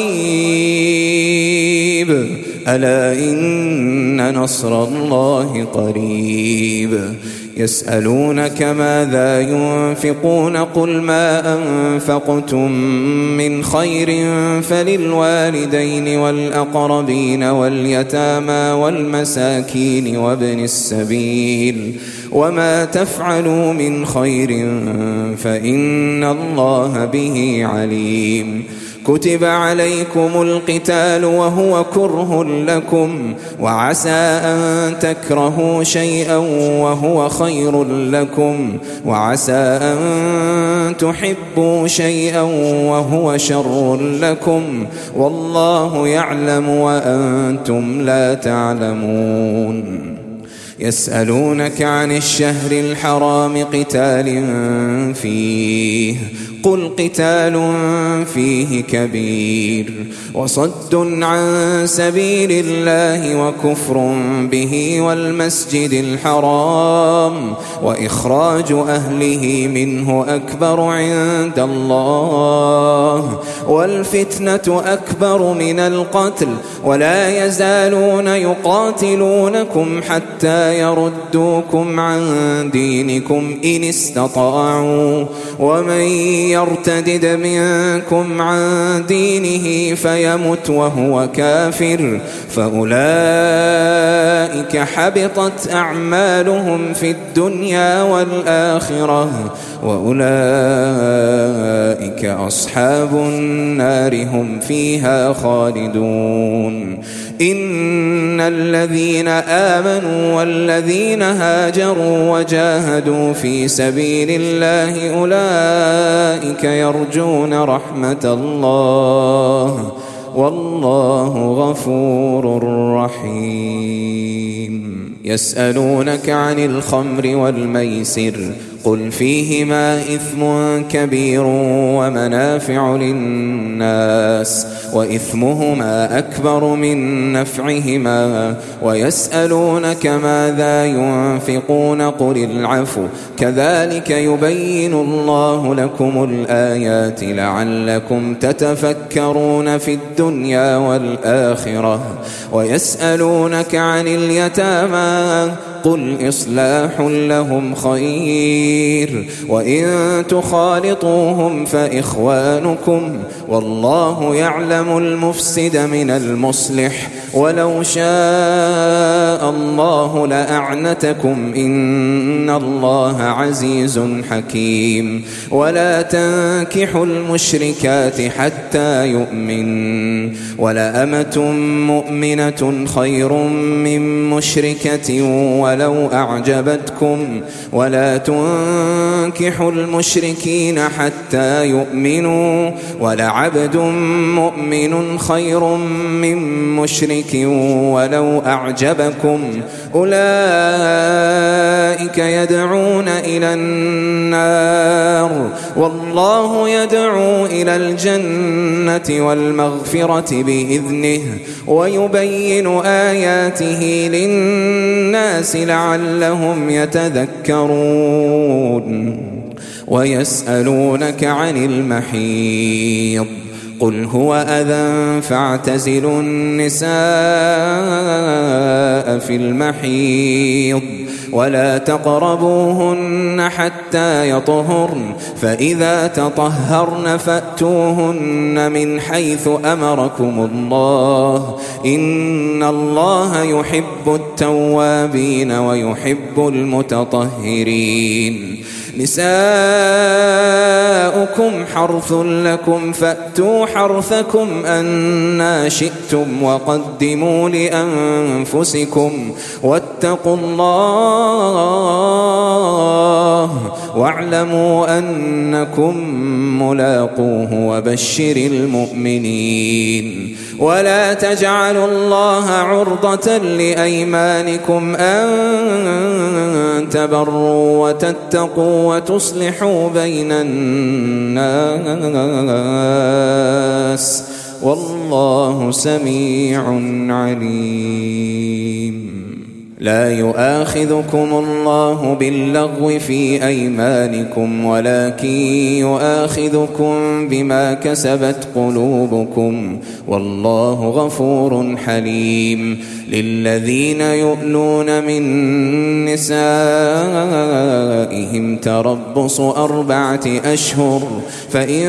قريب ألا إن نصر الله قريب يسألونك ماذا ينفقون قل ما أنفقتم من خير فللوالدين والأقربين واليتامى والمساكين وابن السبيل وما تفعلوا من خير فإن الله به عليم كتب عليكم القتال وهو كره لكم وعسى أن تكرهوا شيئا وهو خير لكم وعسى أن تحبوا شيئا وهو شر لكم والله يعلم وأنتم لا تعلمون يسألونك عن الشهر الحرام قتال فيه قل قتال فيه كبير وصد عن سبيل الله وكفر به والمسجد الحرام وإخراج أهله منه أكبر عند الله والفتنة أكبر من القتل ولا يزالون يقاتلونكم حتى يردوكم عن دينكم إن استطاعوا ومن يرتدد منكم عن دينه فيمت وهو كافر فأولئك حبطت أعمالهم في الدنيا والآخرة وأولئك أصحاب النار هم فيها خالدون إن الذين آمنوا والذين هاجروا وجاهدوا في سبيل الله أولئك يرجون رحمة الله والله غفور رحيم يسألونك عن الخمر والميسر قل فيهما إثم كبير ومنافع للناس وإثمهما أكبر من نفعهما ويسألونك ماذا ينفقون قل العفو كذلك يبين الله لكم الآيات لعلكم تتفكرون في الدنيا والآخرة ويسألونك عن اليتامى قل إصلاح لهم خير وإن تخالطوهم فإخوانكم والله يعلم المفسد من المصلح ولو شاء الله لأعنتكم إن الله عزيز حكيم ولا تنكحوا المشركات حتى يؤمن ولأمة مؤمنة خير من مشركة ولو أعجبتكم ولا تنكحوا المشركين حتى يؤمنوا ولعبد مؤمن خير من مشرك ولو أعجبكم أولئك يدعون إلى النار والله يدعو إلى الجنة والمغفرة بإذنه ويبين آياته للناس لعلهم يتذكرون ويسألونك عن المحيض قل هو أذى فاعتزلوا النساء في المحيض ولا تقربوهن حتى يطهرن فإذا تطهرن فأتوهن من حيث أمركم الله إن الله يحب التوابين ويحب المتطهرين نساؤكم حرث لكم فأتوا حرثكم أنى شئتم وقدموا لأنفسكم واتقوا الله واعلموا أنكم ملاقوه وبشر المؤمنين ولا تجعلوا الله عرضة لأيمانكم أن تبروا وتتقوا وتصلحوا بين الناس والله سميع عليم لا يؤاخذكم الله باللغو في أيمانكم ولكن يؤاخذكم بما كسبت قلوبكم والله غفور حليم للذين يؤلون من نسائهم تربص 4 أشهر فإن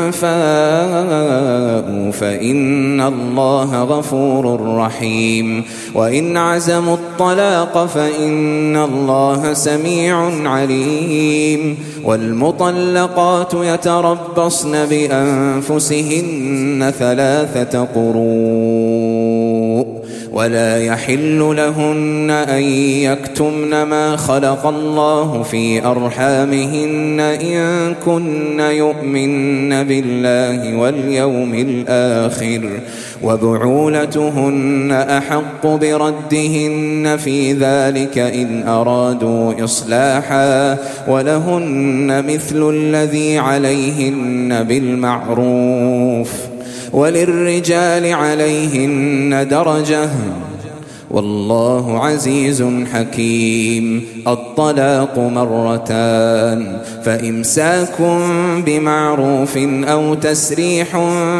فاءوا فإن الله غفور رحيم وإن عزموا الطلاق فإن الله سميع عليم والمطلقات يتربصن بأنفسهن 3 قروء ولا يحل لهن أن يكتمن ما خلق الله في أرحامهن إن كن يؤمن بالله واليوم الآخر وبعولتهن أحق بردهن في ذلك إن أرادوا إصلاحا ولهن مثل الذي عليهن بالمعروف وللرجال عليهن درجة والله عزيز حكيم الطلاق 2 فإمساك بمعروف أو تسريح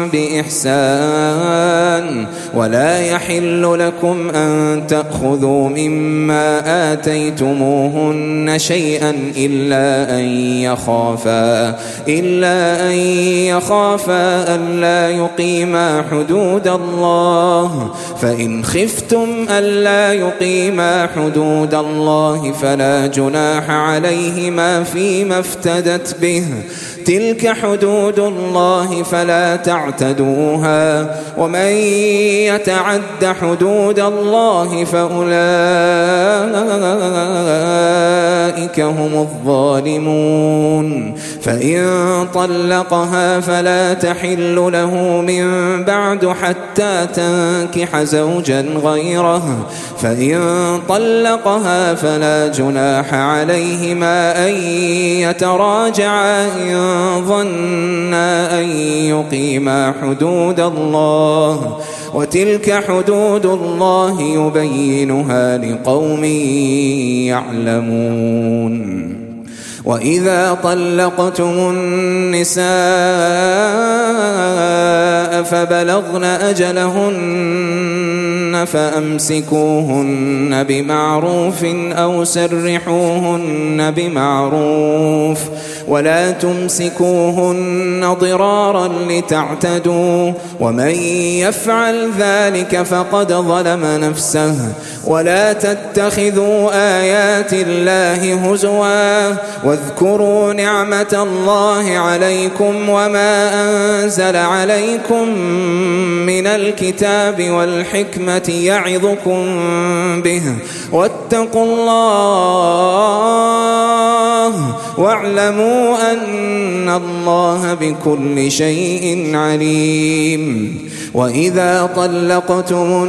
بإحسان ولا يحل لكم أن تأخذوا مما آتيتموهن شيئا إلا أن يخافا ألا يقيما حدود الله فإن خفتم ألا يقيما حدود الله فلا جناح عليهما فيما افتدت به تلك حدود الله فلا تعتدوها ومن يتعد حدود الله فأولئك هم الظالمون فإن طلقها فلا تحل له من بعد حتى تنكح زوجا غيره فإن طلقها فلا جناح عليهما أن يتراجعا إن ظنا أن يقيما حدود الله وتلك حدود الله يبينها لقوم يعلمون وإذا طلقتم النساء فبلغن أجلهن فأمسكوهن بمعروف أو سرحوهن بمعروف ولا تمسكوهن ضرارا لتعتدوا ومن يفعل ذلك فقد ظلم نفسه ولا تتخذوا آيات الله هزوا واذكروا نعمة الله عليكم وما أنزل عليكم من الكتاب والحكمة يعظكم به واتقوا الله واعلموا أن الله بكل شيء عليم وإذا طلقتم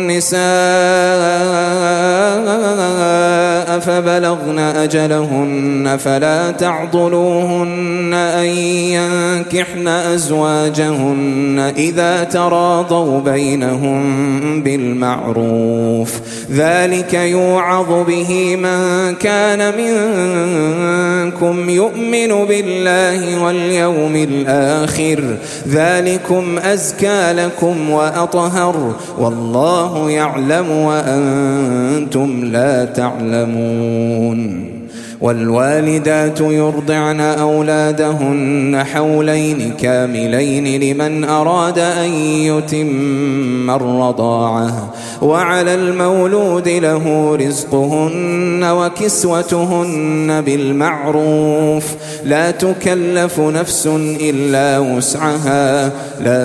النساء فبلغن أجلهن فلا تعضلوهن أن ينكحن أزواجهن إذا تراضوا بينهم بالمعروف ذلك يوعظ به من كان منكم يؤمن بالله واليوم الآخر ذلكم أزكى لكم وأطهر والله يعلم وأنتم لا تعلمون والوالدات يرضعن أولادهن حولين كاملين لمن أراد أن يتم الرضاعة وعلى المولود له رزقهن وكسوتهن بالمعروف لا تكلف نفس إلا وسعها لا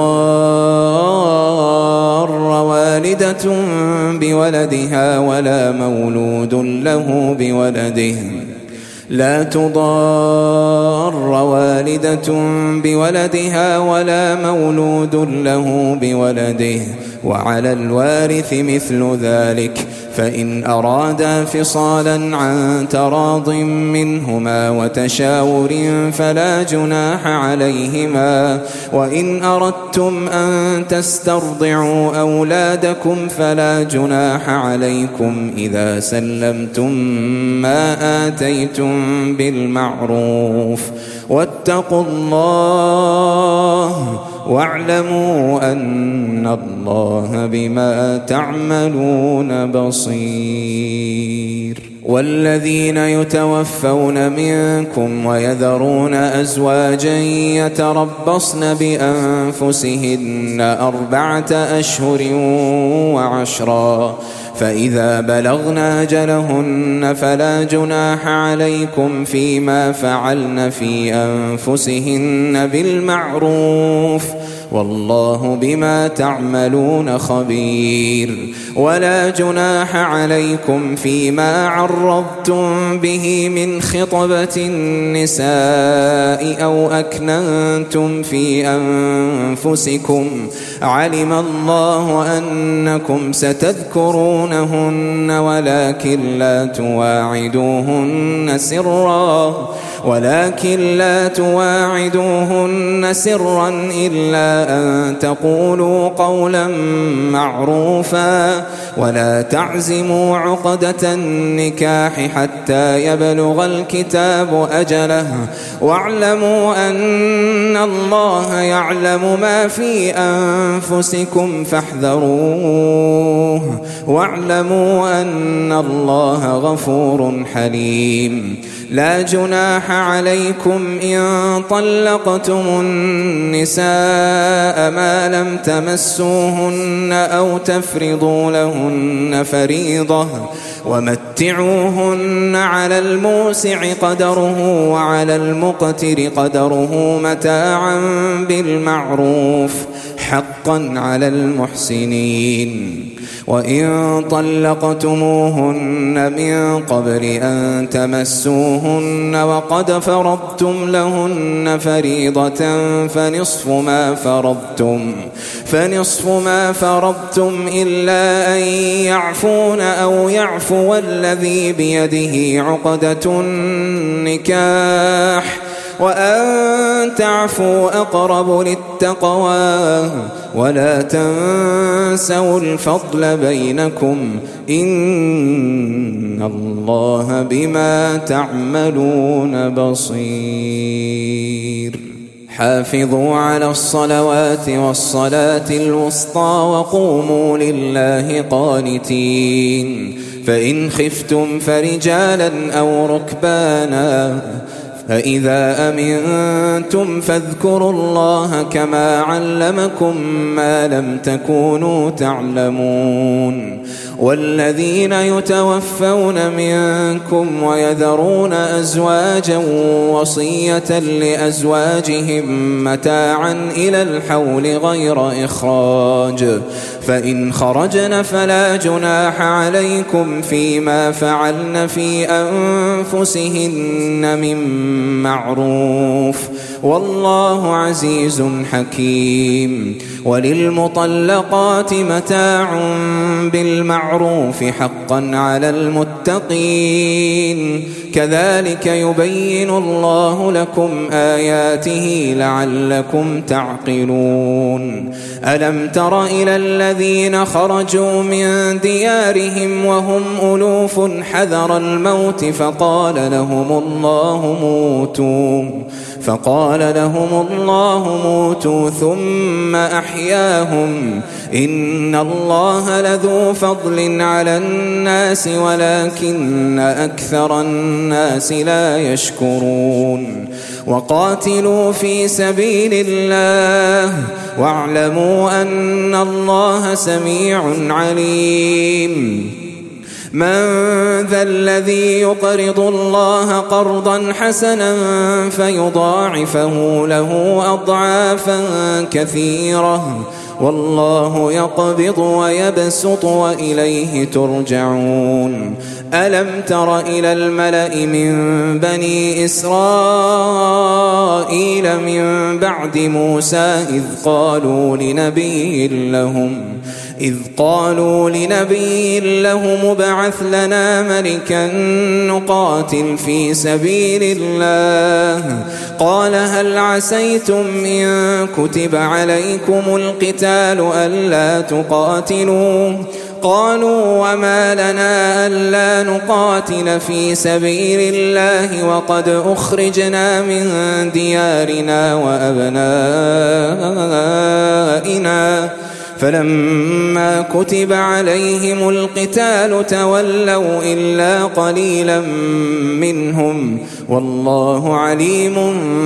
تضار والدة بولدها ولا مولود له بولده لا تضار والدة بولدها ولا مولود له بولده وعلى الوارث مثل ذلك فإن أرادا فصالا عن تراض منهما وتشاور فلا جناح عليهما وإن أردتم أن تسترضعوا أولادكم فلا جناح عليكم إذا سلمتم ما آتيتم بالمعروف واتقوا الله واعلموا أن الله بما تعملون بصير والذين يتوفون منكم ويذرون أزواجا يتربصن بأنفسهن 4 أشهر وعشرا فإذا بلغن أجلهن فلا جناح عليكم فيما فعلن في أنفسهن بالمعروف والله بما تعملون خبير ولا جناح عليكم فيما عرضتم به من خطبة النساء أو أكننتم في أنفسكم علم الله أنكم ستذكرونهن ولكن لا تواعدوهن سرا إلا أن تقولوا قولا معروفا ولا تعزموا عقدة النكاح حتى يبلغ الكتاب أجله واعلموا أن الله يعلم ما في أنفسكم فاحذروه واعلموا أن الله غفور حليم لا جناح عليكم إن طلقتم النساء ما لم تمسوهن أو تفرضوا لهن فريضة ومتعوهن على الموسع قدره وعلى المقتر قدره متاعا بالمعروف حقا على المحسنين وإن طلقتموهن من قبل أن تمسوهن وقد فرضتم لهن فريضة فنصف ما فرضتم إلا أن يعفون أو يعفو الذي بيده عقدة النكاح وأن تعفوا أقرب للتقوى ولا تنسوا الفضل بينكم إن الله بما تعملون بصير حافظوا على الصلوات والصلاة الوسطى وقوموا لله قانتين فإن خفتم فرجالا أو ركبانا فإذا أمنتم فاذكروا الله كما علمكم ما لم تكونوا تعلمون والذين يتوفون منكم ويذرون أزواجا وصية لأزواجهم متاعا إلى الحول غير إخراج فإن خرجن فلا جناح عليكم فيما فعلن في أنفسهن من معروف والله عزيز حكيم وللمطلقات متاع بالمعروف حقا على المتقين كذلك يبين الله لكم آياته لعلكم تعقلون ألم تر إلى الذين خرجوا من ديارهم وهم ألوف حذر الموت فقال لهم الله موتوا ثم أحياهم إن الله لذو فضل على الناس ولكن أكثر الناس لا يشكرون وقاتلوا في سبيل الله واعلموا أن الله سميع عليم من ذا الذي يقرض الله قرضا حسنا فيضاعفه له أضعافا كثيرة والله يقبض ويبسط وإليه ترجعون ألم تر إلى الملأ من بني إسرائيل من بعد موسى إذ قالوا لنبي لهم ابعث لنا ملكا نقاتل في سبيل الله قال هل عسيتم إن كتب عليكم القتال ألا تقاتلوا قالوا وما لنا ألا نقاتل في سبيل الله وقد أخرجنا من ديارنا وأبنائنا فلما كتب عليهم القتال تولوا إلا قليلا منهم والله عليم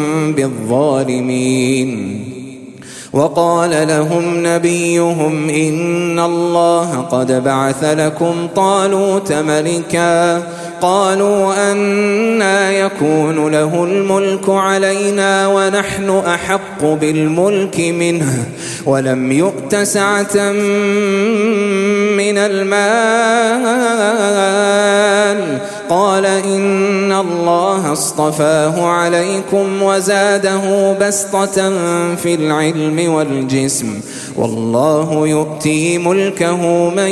بالظالمين وقال لهم نبيهم إن الله قد بعث لكم طالوت ملكا قالوا أنى يكون له الملك علينا ونحن أحق بالملك منه ولم يؤت سعة من المال قال إن الله اصطفاه عليكم وزاده بسطة في العلم والجسم والله يؤتي ملكه من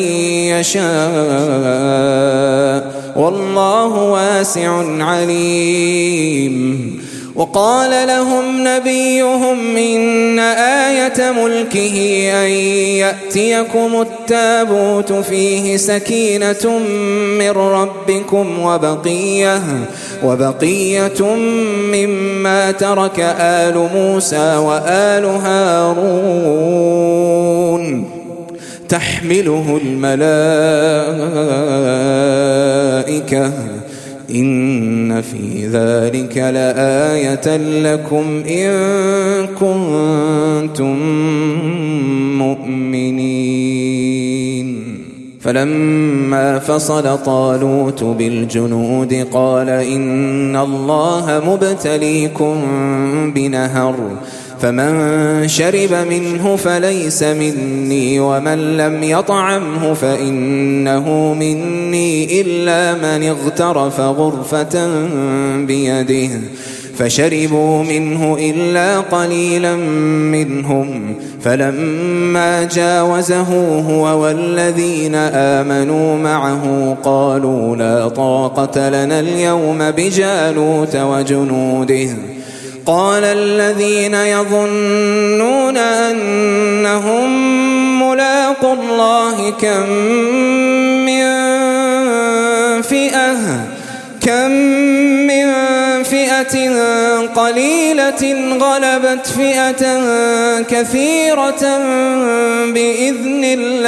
يشاء والله واسع عليم وقال لهم نبيهم إن آية ملكه أن يأتيكم التابوت فيه سكينة من ربكم وبقية مما ترك آل موسى وآل هارون تحمله الملائكة إن في ذلك لآية لكم إن كنتم مؤمنين فلما فصل طالوت بالجنود قال إن الله مبتليكم بنهر فمن شرب منه فليس مني ومن لم يطعمه فإنه مني إلا من اغترف غرفة بيده فشربوا منه إلا قليلا منهم فلما جاوزه هو والذين آمنوا معه قالوا لا طاقة لنا اليوم بجالوت وجنوده قال الذين يظنون أنهم ملاقو الله كم من فئة قليلة غلبت فئة كثيرة بإذن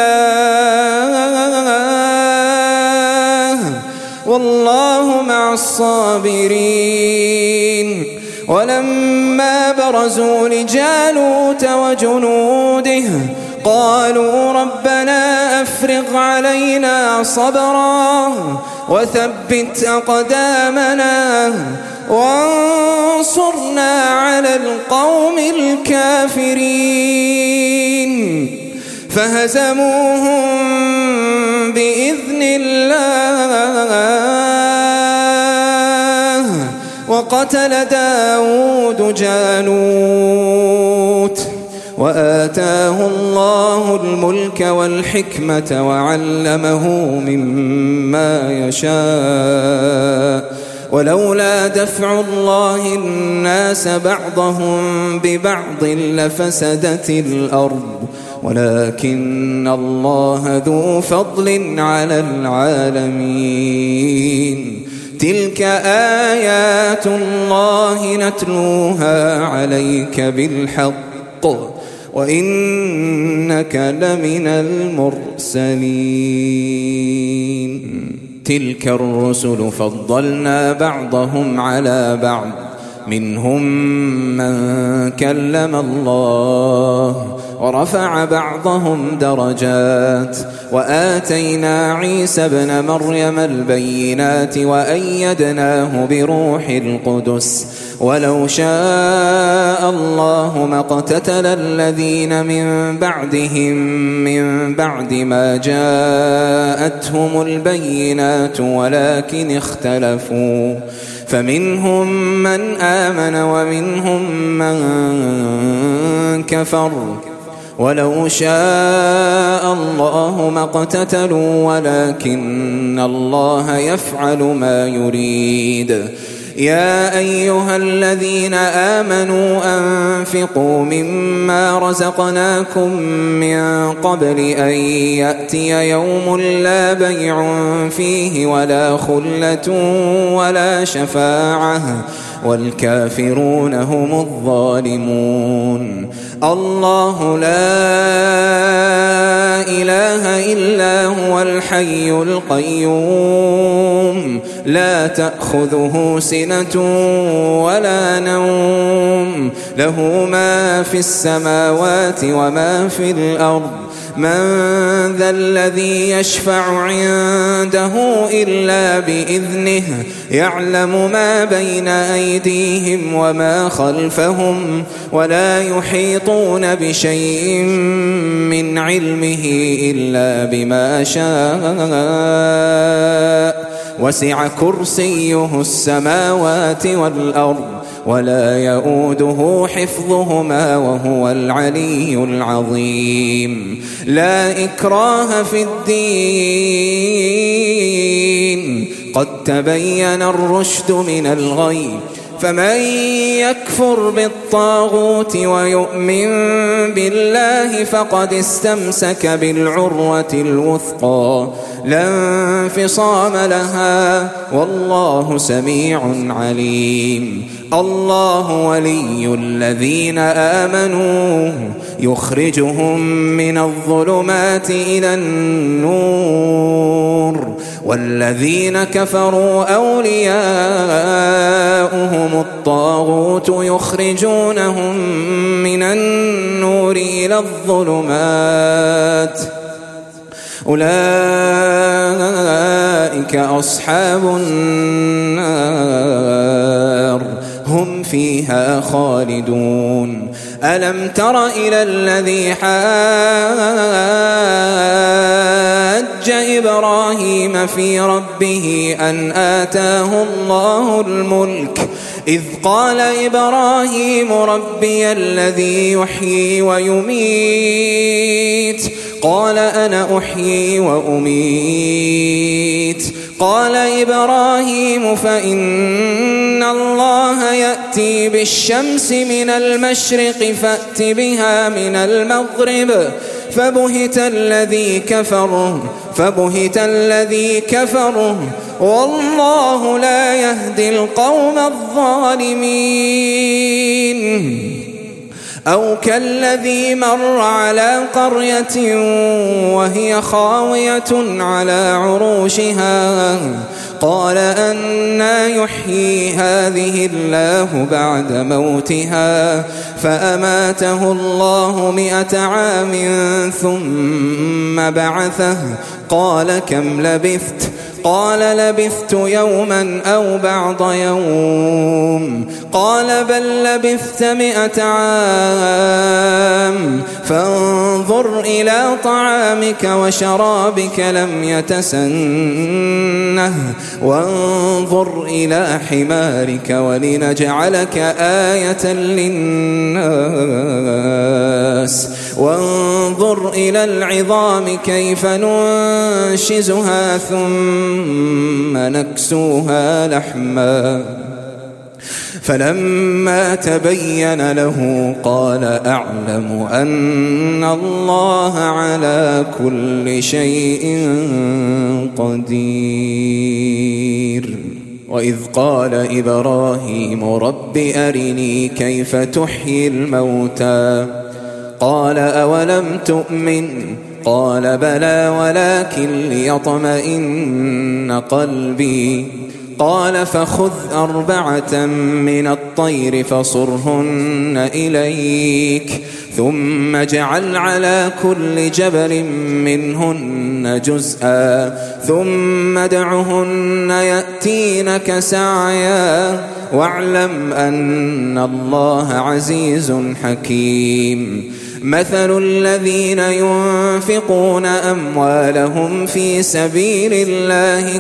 الله والله مع الصابرين. ولما برزوا لجالوت وجنوده قالوا ربنا أفرغ علينا صبرا وثبت أقدامنا وانصرنا على القوم الكافرين. فهزموهم بإذن الله وقتل داود جالوت وآتاه الله الملك والحكمة وعلمه مما يشاء ولولا دفع الله الناس بعضهم ببعض لفسدت الأرض ولكن الله ذو فضل على العالمين. تلك آيات الله نتلوها عليك بالحق وإنك لمن المرسلين. تلك الرسل فضلنا بعضهم على بعض منهم من كلم الله ورفع بعضهم درجات وآتينا عيسى ابن مريم البينات وأيدناه بروح القدس ولو شاء الله ما اقتتل الذين من بعدهم من بعد ما جاءتهم البينات ولكن اختلفوا فمنهم من آمن ومنهم من كفر ولو شاء الله ما اقتتلوا ولكن الله يفعل ما يريد. يا أيها الذين آمنوا أنفقوا مما رزقناكم من قبل أن يأتي يوم لا بيع فيه ولا خلة ولا شفاعة والكافرون هم الظالمون. الله لا إله إلا هو الحي القيوم لا تأخذه سنة ولا نوم له ما في السماوات وما في الأرض من ذا الذي يشفع عنده إلا بإذنه يعلم ما بين أيديهم وما خلفهم ولا يحيطون بشيء من علمه إلا بما شاء وسع كرسيه السماوات والأرض ولا يؤوده حفظهما وهو العلي العظيم. لا إكراه في الدين قد تبين الرشد من الغي فمن يكفر بالطاغوت ويؤمن بالله فقد استمسك بالعروة الوثقى لا انفصام لها والله سميع عليم. الله ولي الذين آمنوا يخرجهم من الظلمات إلى النور والذين كفروا أولياؤهم الطاغوت يخرجونهم من النور إلى الظلمات أولئك أصحاب النار هم فيها خالدون. ألم تر إلى الذي حاج إبراهيم في ربه أن آتاه الله الملك إذ قال إبراهيم ربي الذي يحيي ويميت قال أنا أحيي وأميت قال إبراهيم فإن الله يأتي بالشمس من المشرق فأت بها من المغرب فبهت الذي كفر والله لا يهدي القوم الظالمين. أو كالذي مر على قرية وهي خاوية على عروشها قال أنى يحيي هذه الله بعد موتها فأماته الله 100 عام ثم بعثه قال كم لبثت قال لبثت يوما أو بعض يوم قال بل لبثت 100 عام فانظر إلى طعامك وشرابك لم يتسنه وانظر إلى حمارك ولنجعلك آية للناس وانظر إلى العظام كيف ننشزها ثم نكسوها لحما فلما تبين له قال أعلم أن الله على كل شيء قدير. وإذ قال إبراهيم رب أرني كيف تحيي الموتى قال أولم تؤمن قال بلى ولكن ليطمئن قلبي قال فخذ 4 من الطير فصرهن إليك ثم اجعل على كل جبل منهن جزءا ثم ادعهن يأتينك سعيا واعلم أن الله عزيز حكيم. مثل الذين ينفقون أموالهم في سبيل الله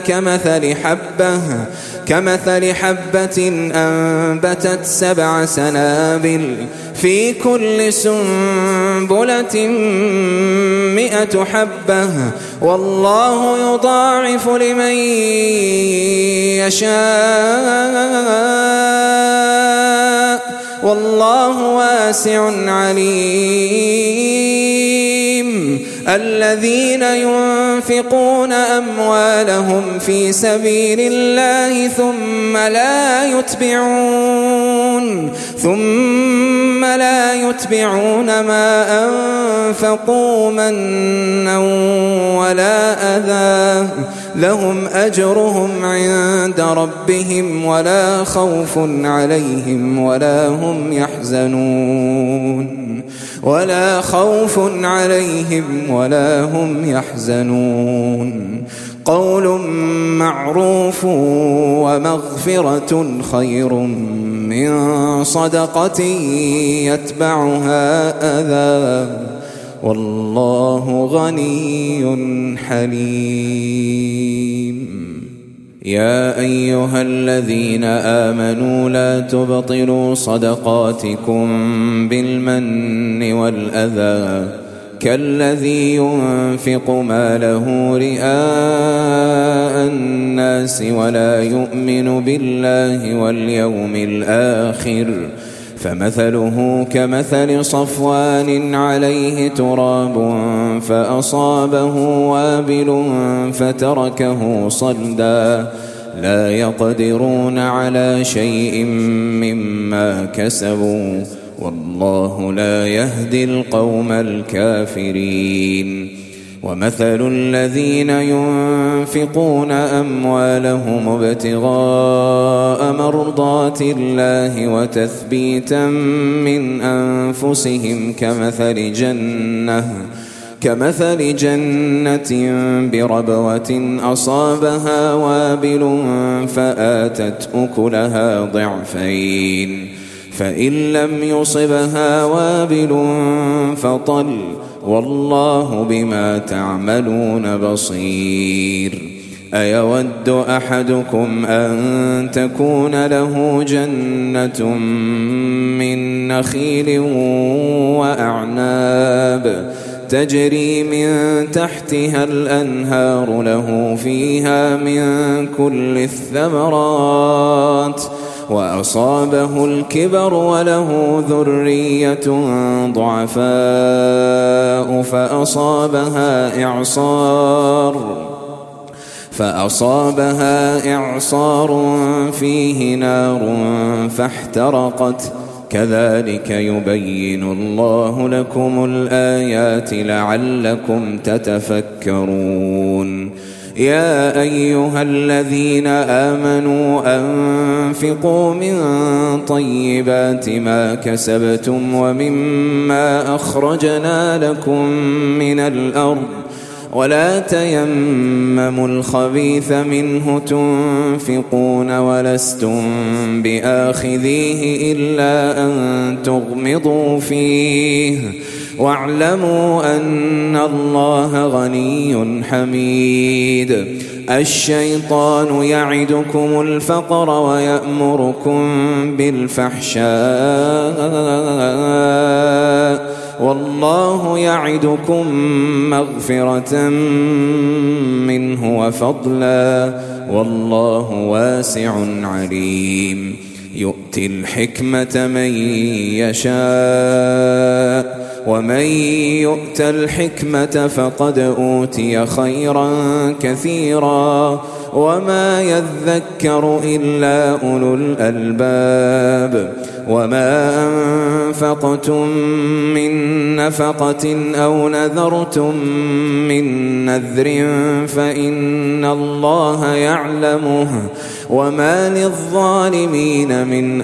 كمثل حبة أنبتت 7 سنابل في كل سنبلة 100 حبة والله يضاعف لمن يشاء والله واسع عليم. الذين ينفقون أموالهم في سبيل الله ثم لا يتبعون ما أنفقوا منا ولا أذى لهم أجرهم عند ربهم ولا خوف عليهم ولا هم يحزنون. قول معروف ومغفرة خير من صدقة يتبعها أذى والله غني حليم. يا أيها الذين آمنوا لا تبطلوا صدقاتكم بالمن والأذى كالذي ينفق ماله رئاء الناس ولا يؤمن بالله واليوم الآخر فمثله كمثل صفوان عليه تراب فأصابه وابل فتركه صلدا لا يقدرون على شيء مما كسبوا والله لا يهدي القوم الكافرين. ومثل الذين ينفقون أموالهم ابتغاء مرضات الله وتثبيتا من أنفسهم كمثل جنة بربوة أصابها وابل فآتت أكلها ضعفين فإن لم يصبها وابل فطل والله بما تعملون بصير. أيود أحدكم أن تكون له جنة من نخيل وأعناب تجري من تحتها الأنهار له فيها من كل الثمرات وأصابه الكبر وله ذرية ضعفاء فأصابها إعصار فيه نار فاحترقت كذلك يبين الله لكم الآيات لعلكم تتفكرون يا أيها الذين آمنوا أنفقوا من طيبات ما كسبتم ومما أخرجنا لكم من الأرض ولا تيمموا الخبيث منه تنفقون ولستم بآخذيه إلا أن تغمضوا فيه واعلموا أن الله غني حميد الشيطان يعدكم الفقر ويأمركم بالفحشاء والله يعدكم مغفرة منه وفضلا والله واسع عليم يؤتي الحكمة من يشاء ومن يؤت الحكمة فقد أوتي خيرا كثيرا وما يذكر إلا أولو الألباب وما أنفقتم من نفقة أو نذرتم من نذر فإن الله يعلمه وما للظالمين من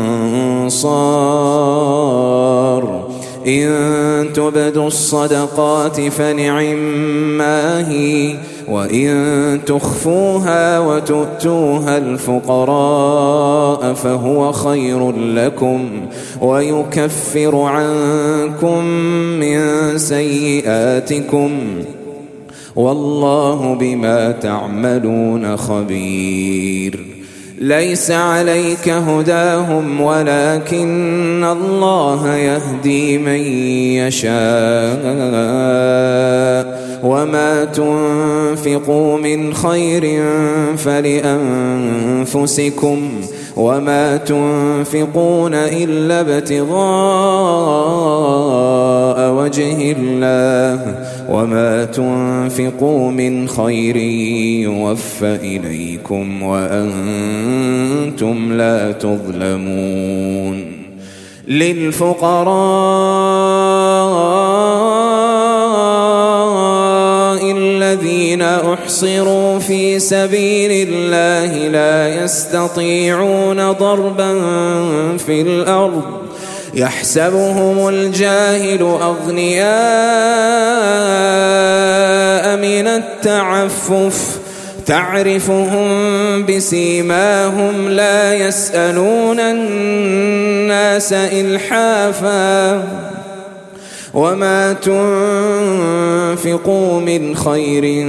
أنصار إن تبدوا الصدقات فنعما هي وإن تخفوها وتؤتوها الفقراء فهو خير لكم ويكفر عنكم من سيئاتكم والله بما تعملون خبير ليس عليك هداهم ولكن الله يهدي من يشاء وما تنفقوا من خير فلأنفسكم وما تنفقون إلا ابتغاء وجه الله وما تنفقوا من خير يوفى إليكم وأنتم لا تظلمون للفقراء الذين أحصروا في سبيل الله لا يستطيعون ضربا في الأرض يحسبهم الجاهل أغنياء من التعفف تعرفهم بسيماهم لا يسألون الناس إلحافا وما تنفقوا من خير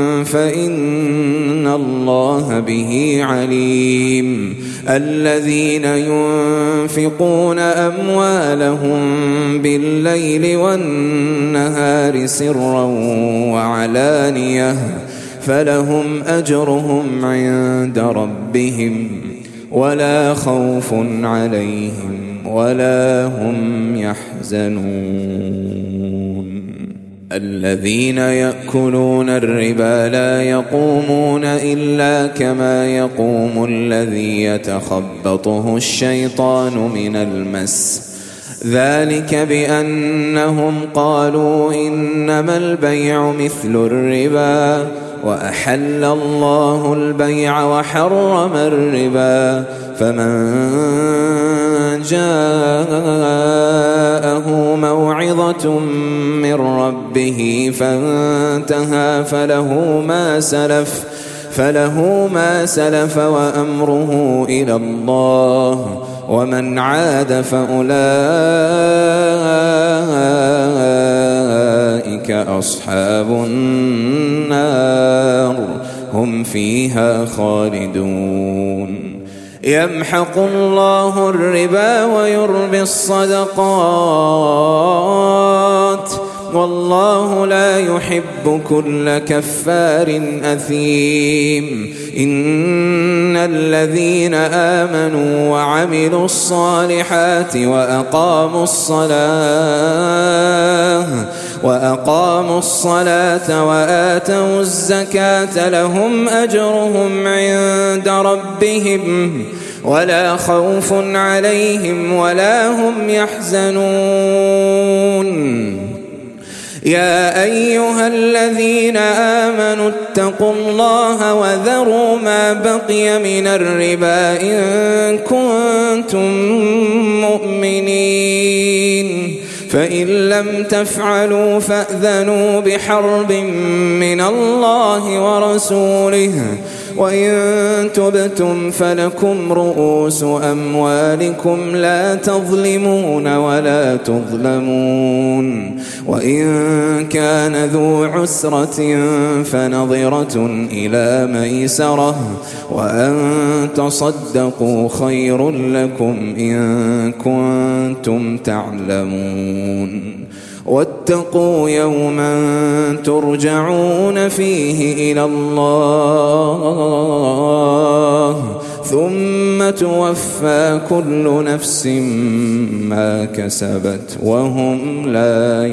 فإن الله به عليم الذين ينفقون أموالهم بالليل والنهار سرا وعلانية فلهم أجرهم عند ربهم ولا خوف عليهم ولا هم يحزنون الذين يأكلون الربا لا يقومون إلا كما يقوم الذي يتخبطه الشيطان من المس ذلك بأنهم قالوا إنما البيع مثل الربا وأحل الله البيع وحرم الربا فمن جاءه موعظة من ربه فانتهى فله ما سلف وأمره إلى الله ومن عاد فأولئك أصحاب النار هم فيها خالدون يمحق الله الربا ويربي الصدقات والله لا يحب كل كفار أثيم. إن الذين آمنوا وعملوا الصالحات وأقاموا الصلاة وآتوا الزكاة لهم أجرهم عند ربهم ولا خوف عليهم ولا هم يحزنون. يا أيها الذين آمنوا اتقوا الله وذروا ما بقي من الربا إن كنتم مؤمنين، فإن لم تفعلوا فأذنوا بحرب من الله ورسوله، وإن تبتم فلكم رؤوس أموالكم لا تظلمون ولا تظلمون. وإن كان ذو عسرة فنظرة إلى ميسرة، وأن تصدقوا خير لكم إن كنتم تعلمون. واتقوا يوما ترجعون فيه إلى الله ثم توفى كل نفس ما كسبت وهم لا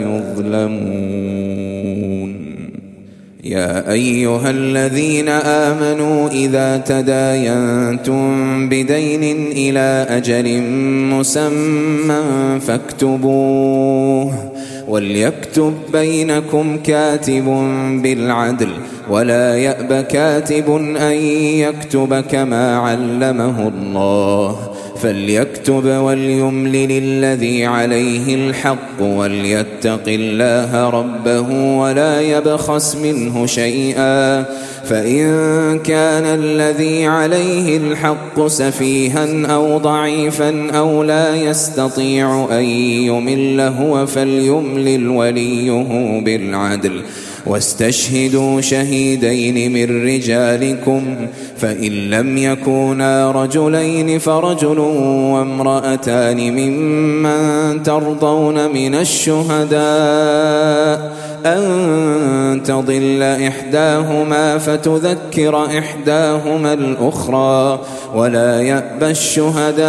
يظلمون. يا أيها الذين آمنوا إذا تداينتم بدين إلى أجل مسمى فاكتبوه، وليكتب بينكم كاتب بالعدل ولا يأب كاتب أن يكتب كما علمه الله، فليكتب وليملل الذي عليه الحق وليتق الله ربه ولا يبخس منه شيئا، فإن كان الذي عليه الحق سفيها أو ضعيفا أو لا يستطيع أن يمل هو فليملل وليه بالعدل، واستشهدوا شهيدين من رجالكم، فإن لم يكونا رجلين فرجل وامرأتان ممن ترضون من الشهداء أن تضل إحداهما فتذكر إحداهما الأخرى، ولا يأبى الشهداء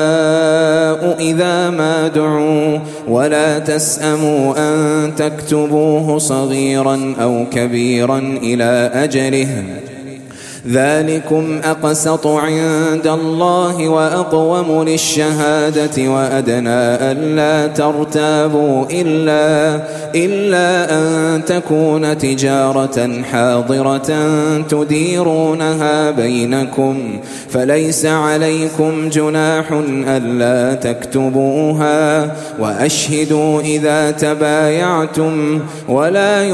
إذا ما دعوا، ولا تسأموا أن تكتبوه صغيرا أو كبيرا إلى أجله، ذلكم أقسط عند الله وأقوم للشهادة وأدنى ألا ترتابوا إلا أن تكون تجارة حاضرة تديرونها بينكم، فليس عليكم جناح ألا تكتبوها، وأشهدوا إذا تبايعتم، ولا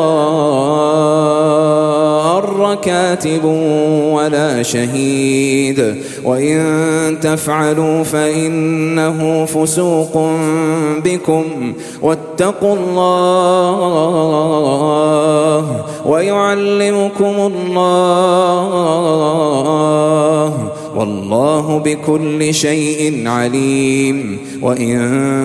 يضار كاتب ولا شهيد، وإن تفعلوا فإنه فسوق بكم، واتقوا الله ويعلمكم الله، والله بكل شيء عليم. وإن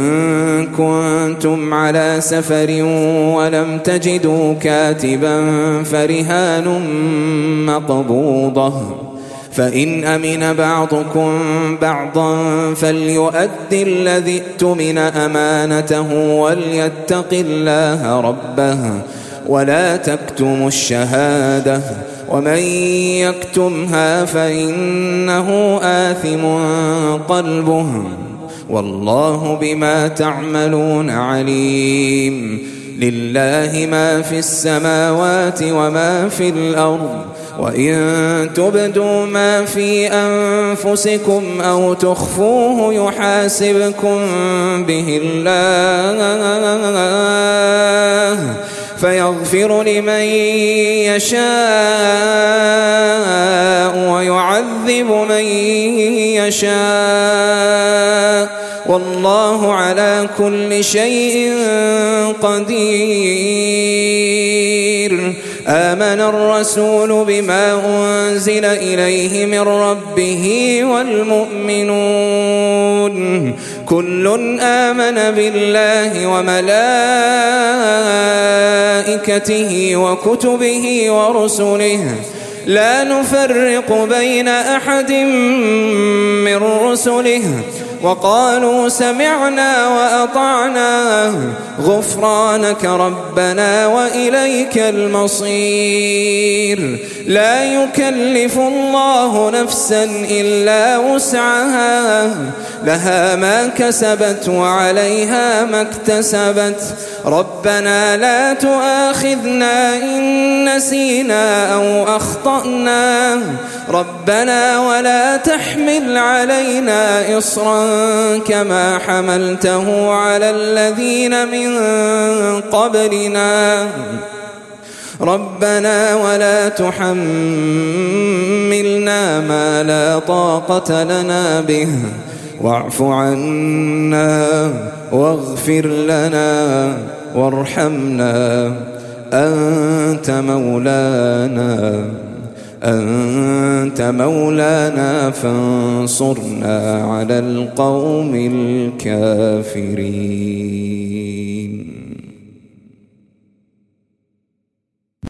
كنتم على سفر ولم تجدوا كاتبا فرهان مقبوضة، فإن أمن بعضكم بعضا فليؤدي الذي ائتمن أمانته وليتق الله ربه ولا تكتموا الشهادة، ومن يكتمها فإنه آثم قلبه، والله بما تعملون عليم. لله ما في السماوات وما في الأرض، وإن تبدوا ما في أنفسكم أو تخفوه يحاسبكم به الله، فيغفر لمن يشاء ويعذب من يشاء، والله على كل شيء قدير. آمن الرسول بما أنزل إليه من ربه والمؤمنون كل آمن بالله وملائكته وكتبه ورسله لا نفرق بين أحد من رسله وقالوا سمعنا وأطعنا غفرانك ربنا وإليك المصير لا يكلف الله نفسا إلا وسعها لها ما كسبت وعليها ما اكتسبت ربنا لا تؤاخذنا إن نسينا أو أخطأنا ربنا ولا تحمل علينا إصرا كما حملته على الذين من قبلنا ربنا ولا تحملنا ما لا طاقة لنا به واعف عنا واغفر لنا وارحمنا أنت مولانا فانصرنا على القوم الكافرين.